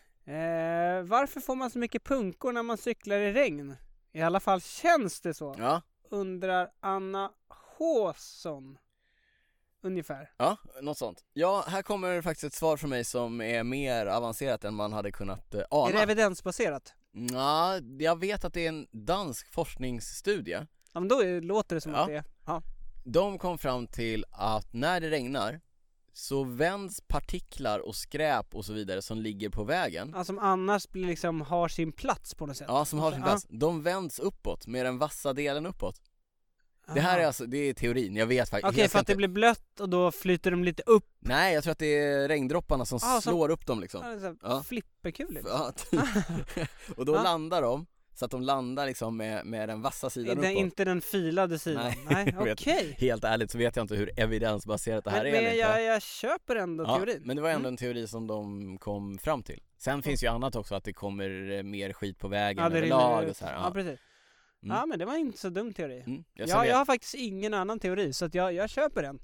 Eh, varför får man så mycket punkor när man cyklar i regn? I alla fall känns det så. Ja, Undrar Anna Håsson. Ungefär. ja, något sånt. Ja, här kommer faktiskt ett svar från mig som är mer avancerat än man hade kunnat eh, ana. Är det evidensbaserat? Ja, jag vet att det är en dansk forskningsstudie. Ja, men då är, låter det som Ja. att det är. Ja. De kom fram till att när det regnar så vänds partiklar och skräp och så vidare som ligger på vägen. Ja, som annars blir liksom har sin plats på något sätt. Ja, som har sin Ja. plats. De vänds uppåt med den vassa delen uppåt. Det här Aha. är alltså, det är teorin, jag vet faktiskt. Okej, jag ska för att det inte- blir blött och då flyter de lite upp. Nej, jag tror att det är regndropparna som Ah, som- slår upp dem liksom. Ja, det är så här Ja. flipperkulor. Ja, typ. Och då Ja. landar de, så att de landar liksom med, med den vassa sidan Den, uppåt. inte den filade sidan. Nej, Nej, jag vet. okej. Helt ärligt så vet jag inte hur evidensbaserat det här Men, är eller men inte. jag, jag köper ändå Ja, teorin. men det var ändå Mm. en teori som de kom fram till. Sen finns ju annat också, att det kommer eh, mer skit på vägen Ja, det överlag rinner och ut. så här. Ja, Ja. precis. Mm. Ja, men det var inte så dum teori. Mm. Jag, Ja, sen, jag har faktiskt ingen annan teori, så att jag, jag köper den.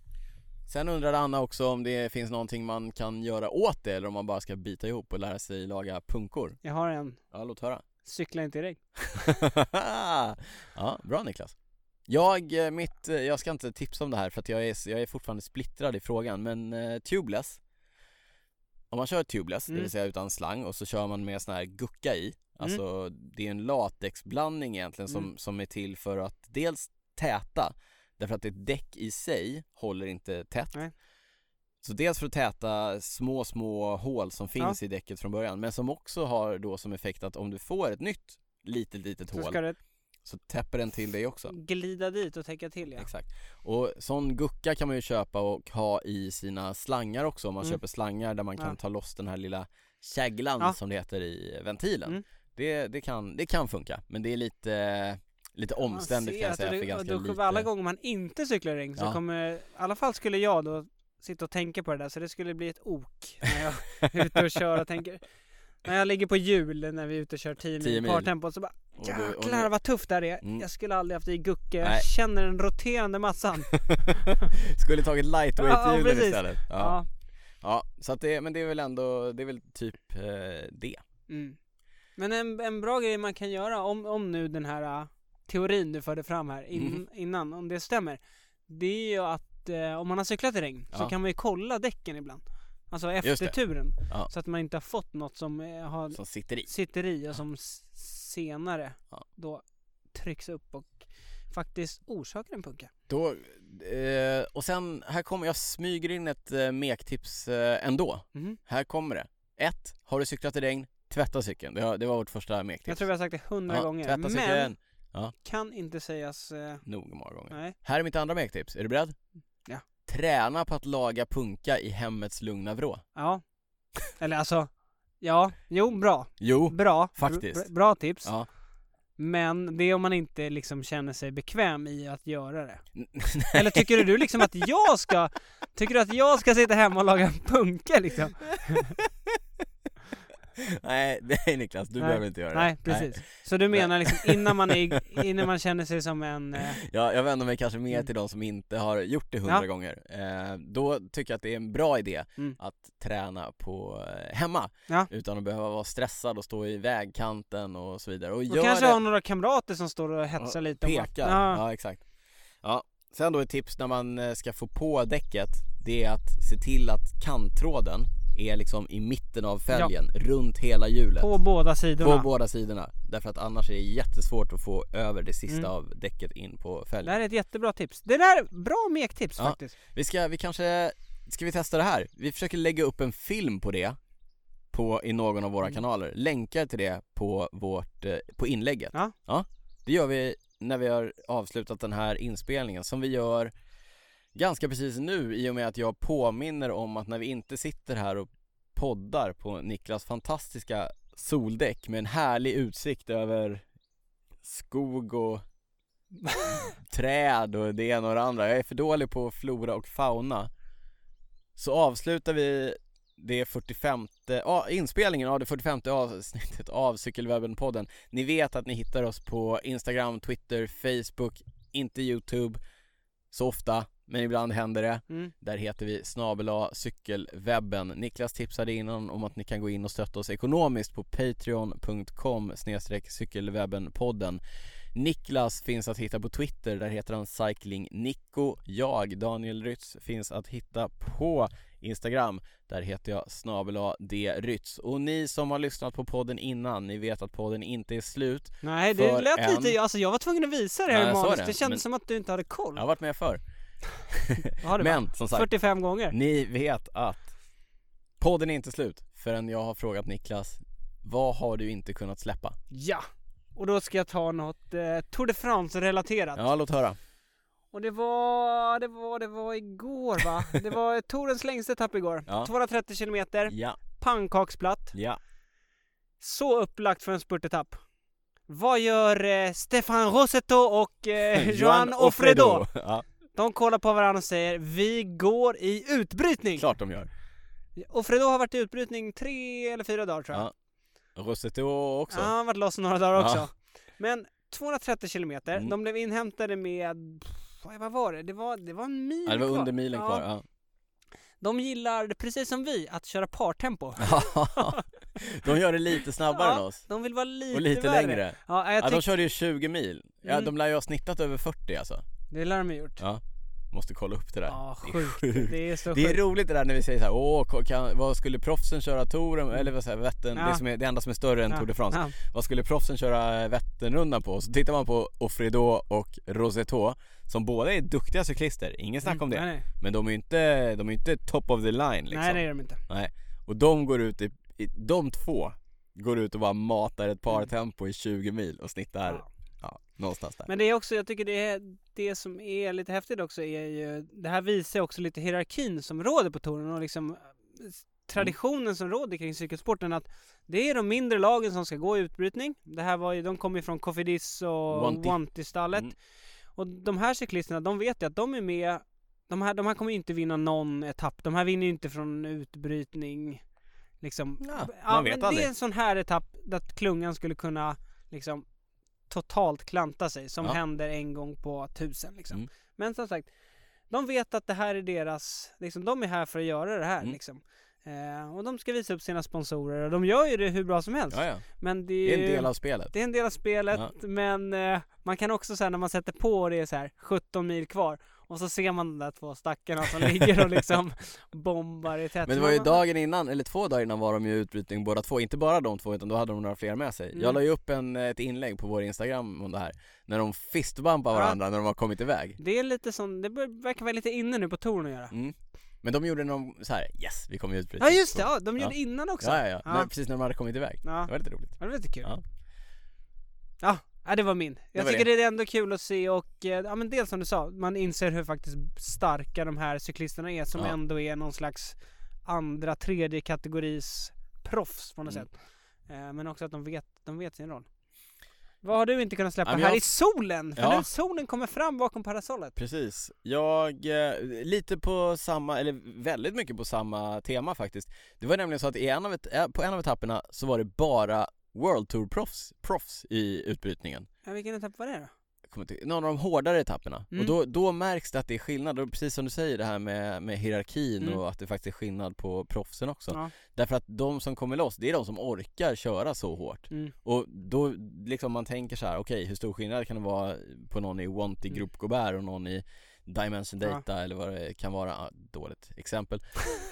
sen undrade Anna också om det finns någonting man kan göra åt det, eller om man bara ska bita ihop och lära sig laga punkor. Jag har en. Ja, låt höra. Cykla inte i regn. Ja, bra Niklas. Jag, eh, mitt, eh, jag ska inte tipsa om det här för att jag är, jag är fortfarande splittrad i frågan, men eh, tubeless, om man kör tubeless, Mm. det vill säga utan slang, och så kör man med sån här gucka i, alltså det är en latexblandning egentligen som, Mm. som är till för att dels täta, därför att ett däck i sig håller inte tätt. Nej. Så dels för att täta små, små hål som finns i däcket från början, men som också har då som effekt att om du får ett nytt litet, litet Så hål, ska det så täpper den till dig också. glida dit och täcka till, ja. Exakt. Och sån gucka kan man ju köpa och ha i sina slangar också, om man Mm. köper slangar där man kan Ja. ta loss den här lilla käglan Ja. som det heter i ventilen. Mm. Det, det, kan, det kan funka, men det är lite, lite omständigt kan jag säga, att för det, ganska då, lite. alla gånger man inte cyklar i regn så Ja. kommer, i alla fall skulle jag då sitta och tänka på det där, så det skulle bli ett ok när jag är ute och kör och tänker, när jag ligger på hjul när vi är ute och kör tio Tio mil mil. partempo, så bara Och du- och jäklar nu- vad tufft det här är. Mm. Jag skulle aldrig haft det i gucke, Nej. jag känner den roterande massan. Skulle tagit Ja, lightweight-hjulen precis. istället. Ja. Ja. Ja, så att det, men det är väl ändå, det är väl typ eh, det. Mm. Men en, en bra grej man kan göra, om, om nu den här uh, teorin du förde fram här in, Mm. innan, om det stämmer, det är ju att uh, om man har cyklat i regn så Ja. kan man ju kolla däcken ibland. Alltså Just efter det. turen. Ja. Så att man inte har fått något som uh, har, Som sitter i. sitter i och som s- senare Ja. då trycks upp och faktiskt orsakar en punka. Då, eh, och sen, här kommer, jag smyger in ett eh, mektips eh, ändå. Mhm. Här kommer det. Ett, har du cyklat i regn, tvätta cykeln. Det, var- det var vårt första mektips. Jag tror vi har sagt det hundra Ja, gånger. tvätta Men cykeln. kan inte sägas... Uh, Nog många gånger. nej. Här är mitt andra mektips. Är du beredd? Ja. träna på att laga punka i hemmets lugna vrå. Ja. Eller alltså, ja, jo, bra. Jo, bra. faktiskt. Bra, bra tips. Ja. Men det är om man inte liksom känner sig bekväm i att göra det. Eller tycker du liksom att jag ska Tycker du att jag ska sitta hemma och laga en punka liksom? Nej, nej Niklas, du nej. behöver inte göra det. Nej, precis. Nej. Så du menar liksom innan man, är, innan man känner sig som en... Eh... Ja, jag vänder mig kanske mer mm. till de som inte har gjort det hundra ja. gånger. Eh, då tycker jag att det är en bra idé mm. att träna på eh, hemma. Ja. Utan att behöva vara stressad och stå i vägkanten och så vidare. Och, och gör kanske det... ha några kamrater som står och hetsar och lite. Pekar, ja. ja exakt. Ja. Sen då ett tips när man ska få på däcket, det är att se till att kanttråden är liksom i mitten av fälgen, ja. runt hela hjulet. På båda sidorna. På båda sidorna. Därför att annars är det jättesvårt att få över det sista mm. av däcket in på fälgen. Det här är ett jättebra tips. Det där är bra mektips ja. faktiskt. Vi ska, vi kanske, ska vi testa det här? Vi försöker lägga upp en film på det på, i någon av våra mm. kanaler. Länkar till det på, vårt, på inlägget. Ja. ja. Det gör vi när vi har avslutat den här inspelningen som vi gör ganska precis nu, i och med att jag påminner om att när vi inte sitter här och poddar på Niklas fantastiska soldäck med en härlig utsikt över skog och träd och det ena och det andra. Jag är för dålig på flora och fauna. Så avslutar vi det fyrtiofemte ah, inspelningen av det fyrtiofemte avsnittet av Cykelwebben-podden. Ni vet att ni hittar oss på Instagram, Twitter, Facebook, inte YouTube så ofta, men ibland händer det. Mm. Där heter vi snabel-a cykelwebben. Niklas tipsade innan om att ni kan gå in och stötta oss ekonomiskt på patreon punkt com snedstreck cykelwebbenpodden. Niklas finns att hitta på Twitter, där heter han Cycling Nico. Jag, Daniel Rytz, finns att hitta på Instagram, där heter jag snabel-a drytz. Och ni som har lyssnat på podden innan, ni vet att podden inte är slut. Nej, det lät en... lite, alltså jag var tvungen att visa det här i manus. Det, det kändes men... som att du inte hade koll. Jag har varit med för. Men som sagt, fyrtiofem gånger. Ni vet att podden är inte slut förrän jag har frågat Niklas, vad har du inte kunnat släppa? Ja, och då ska jag ta något eh, Tour de France-relaterat. Ja, låt höra. Och det var, det var, det var igår va? Det var Tourens längsta etapp igår. Ja. tvåhundratrettio kilometer. Ja. Pannkaksplatt. Ja. Så upplagt för en spurtetapp. Vad gör eh, Stefan Rossetto och eh, Joan Offredo? Ja. De kollar på varandra och säger, vi går i utbrytning. Klart de gör. Offredo har varit i utbrytning tre eller fyra dagar tror jag. Ja. Rossetto också. Ja, han har varit loss några dagar ja. också. Men tvåhundratrettio kilometer, mm. de blev inhämtade med, vad var det? Det var, det var en mil ja, det var kvar. under milen ja. kvar, ja. De gillar, precis som vi, att köra partempo. De gör det lite snabbare ja, än oss. De vill vara lite, och lite värre. längre. Ja, jag ja, de körde ju tjugo mil. Ja, mm. de lär ju ha snittat över fyrtio alltså. Det lär de ha gjort. Ja. Måste kolla upp det där. Ja, sjukt. Det är sjukt. Det är, så det är sjukt. roligt det där när vi säger så här, åh, kan, vad skulle proffsen köra touren, eller vad säger Vättern, ja. det, som är, det enda som är större än ja. Tour de France. Ja. Vad skulle proffsen köra Vätternrundan på? Så tittar man på Offredo och Rossetto, som båda är duktiga cyklister. Ingen snack om det. Nej, nej. Men de är inte de är inte top of the line liksom. Nej, det är de inte. Nej. Och de går ut i, i de två går ut och bara matar ett par tempo i tjugo mil och snittar ja. Ja, någonstans där. Men det är också, jag tycker det är det som är lite häftigt också är ju, det här visar också lite hierarkin som råder på touren och liksom traditionen mm. som råder kring cykelsporten, att det är de mindre lagen som ska gå i utbrytning. Det här var ju, de kommer ju från Cofidis och Wanty-stallet. Mm. Och de här cyklisterna, de vet ju att de är med, de här, de här kommer ju inte vinna någon etapp. De här vinner ju inte från utbrytning liksom. Ja, man ja, vet men aldrig. det är en sån här etapp där klungan skulle kunna liksom totalt klanta sig, som ja. händer en gång på tusen liksom. Mm. Men som sagt, de vet att det här är deras, liksom, de är här för att göra det här mm. liksom. Eh, och de ska visa upp sina sponsorer och de gör ju det hur bra som helst. Ja, ja. Men det det är, är en del av spelet. Det är en del av spelet, ja. men eh, man kan också säga när man sätter på och det är så här sjutton mil kvar och så ser man de där två stackarna som ligger och liksom bombar i tätt. Men det var ju dagen innan, eller två dagar innan var de ju utbrytning båda två, inte bara de två utan då hade de några fler med sig. Mm. Jag la ju upp en, ett inlägg på vår Instagram om det här, när de fistbumpar varandra ja. när de har kommit iväg. Det är lite sån, det verkar vara lite inne nu på touren att göra. Mm. Men de gjorde någon så här, yes, vi kommer utbryta. Ja just det, ja, de gjorde ja. innan också. Ja, ja, ja. ja. När, precis när de hade kommit iväg. Ja. Det var lite roligt. Ja, det var lite kul. Ja. Ja, Ja, det var min. Jag det tycker det. det är ändå kul att se och ja, men dels som du sa, man inser hur faktiskt starka de här cyklisterna är som ja. ändå är någon slags andra, tredje kategoris proffs på något mm. sätt. Eh, men också att de vet, de vet sin roll. Vad har du inte kunnat släppa? Ja, här jag... i solen? För ja. nu solen kommer fram bakom parasollet. Precis. Jag, eh, lite på samma, eller väldigt mycket på samma tema faktiskt. Det var nämligen så att i en av et- på en av etapperna så var det bara World Tour proffs, proffs i utbrytningen. Ja, vilken etapp var det då? Någon av de hårdare etapperna. Mm. Och då, då märks det att det är skillnad. Och precis som du säger det här med, med hierarkin mm. och att det faktiskt är skillnad på proffsen också. Ja. Därför att de som kommer loss, det är de som orkar köra så hårt. Mm. Och då liksom man tänker så här, okej, okay, hur stor skillnad kan det vara på någon i Wanty mm. Group Gobert och någon i Dimension Data ja. eller vad det kan vara. Ah, dåligt exempel.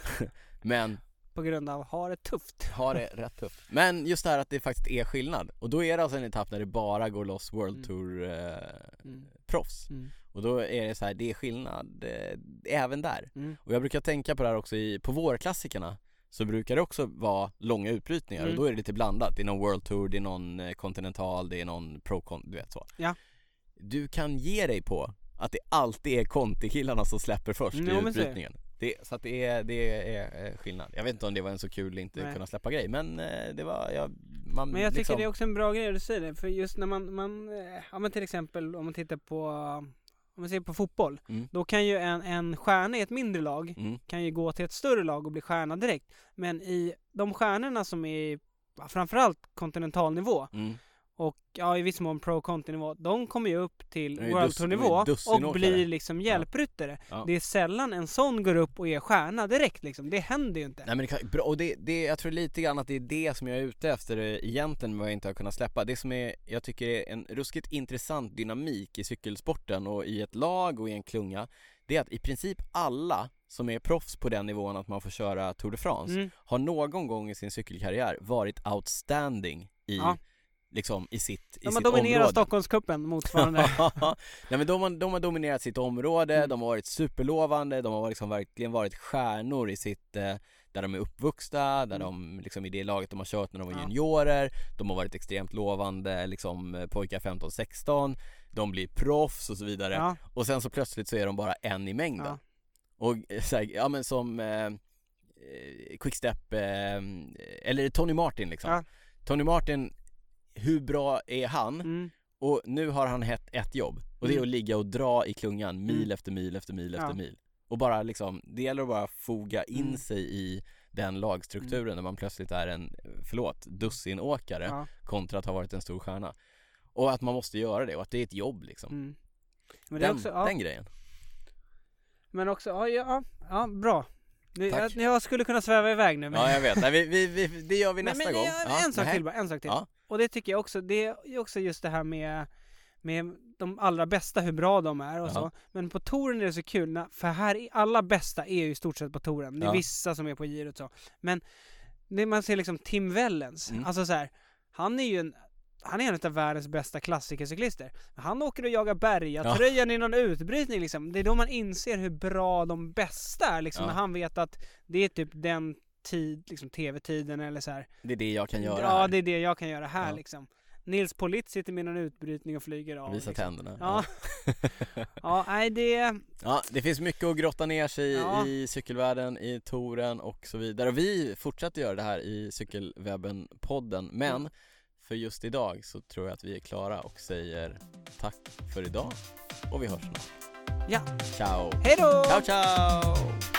Men på grund av ha det tufft. Ha det rätt tufft. Men just det här att det faktiskt är skillnad. Och då är det alltså en etapp när det bara går loss World Tour eh, mm. proffs. Mm. Och då är det så här, det är skillnad eh, även där. Mm. Och jag brukar tänka på det här också i, på vårklassikerna. Så brukar det också vara långa utbrytningar. Mm. Och då är det lite blandat. Det är någon World Tour, det är någon eh, kontinental, det är någon pro-con, du vet så. Ja. Du kan ge dig på att det alltid är Conti-killarna som släpper först mm, i utbrytningen. Det, så att det är, det är skillnad. Jag vet inte om det var en så kul inte Nej. kunna släppa grej. Men eh, det var ja, man, Men jag tycker liksom... det är också en bra grej att säga det. För just när man, man ja, men till exempel om man tittar på om man ser på fotboll mm. då kan ju en, en stjärna i ett mindre lag mm. kan ju gå till ett större lag och bli stjärna direkt. Men i de stjärnorna som är framförallt kontinentalnivå mm. och ja, i viss mån pro-conti-nivå, de kommer ju upp till World Tour-nivå och blir liksom hjälpryttare. Ja. Ja. Det är sällan en sån går upp och är stjärna direkt liksom. Det händer ju inte. Nej, men det kan, bra, och det, det, jag tror lite grann att det är det som jag är ute efter egentligen med vad jag inte har kunnat släppa. Det som är, jag tycker är en ruskigt intressant dynamik i cykelsporten och i ett lag och i en klunga, det är att i princip alla som är proffs på den nivån att man får köra Tour de France mm. har någon gång i sin cykelkarriär varit outstanding i ja. liksom i sitt, i de sitt har dominerat område. Stockholmscupen motsvarande. Nej, men de, har, de har dominerat sitt område, mm. de har varit superlovande, de har liksom verkligen varit stjärnor i sitt, eh, där de är uppvuxna, där mm. de liksom i det laget de har kört när de var ja. juniorer, de har varit extremt lovande liksom pojkar femton sexton, de blir proffs och så vidare. Ja. Och sen så plötsligt så är de bara en i mängden. Ja. Och så här, ja men som eh, Quickstep eh, eller Tony Martin liksom. Ja. Tony Martin, hur bra är han? Mm. Och nu har han ett, ett jobb. Och det är att ligga och dra i klungan mil mm. efter mil efter mil ja. efter mil. Och bara liksom, det gäller att bara foga in mm. sig i den lagstrukturen mm. när man plötsligt är en, förlåt, dussinåkare ja. kontra att ha varit en stor stjärna. Och att man måste göra det och att det är ett jobb liksom. Mm. Men det den, är också, ja. den grejen. Men också, ja, ja, ja bra. Det, jag, jag skulle kunna sväva iväg nu. Men... Ja, jag vet. Nej, vi, vi, vi, det gör vi nästa men, men, gång. Ja, en sak nej. till bara, en sak till. Ja. Och det tycker jag också, det är också just det här med, med de allra bästa, hur bra de är och ja. så. Men på touren är det så kul, för här är alla bästa är ju i stort sett på touren. Det är ja. vissa som är på girot så. Men det man ser liksom Tim Wellens, mm. alltså så här, han är ju en han är en av världens bästa klassikercyklister. Han åker och jagar bergatröjan ja. i någon utbrytning liksom. Det är då man inser hur bra de bästa är liksom, ja. när han vet att det är typ den tid, liksom tv-tiden eller så här. Det är det jag kan göra Ja, här. det är det jag kan göra här ja. liksom. Nils Politt sitter med någon utbrytning och flyger av. Visa liksom. tänderna. Ja. ja, nej det... Ja, det finns mycket att grotta ner sig ja. i cykelvärlden, i touren och så vidare. Och vi fortsätter göra det här i Cykelwebben-podden. Men mm. för just idag så tror jag att vi är klara och säger tack för idag. Och vi hörs snart. Ja. Ciao. Hej då! Ciao, ciao!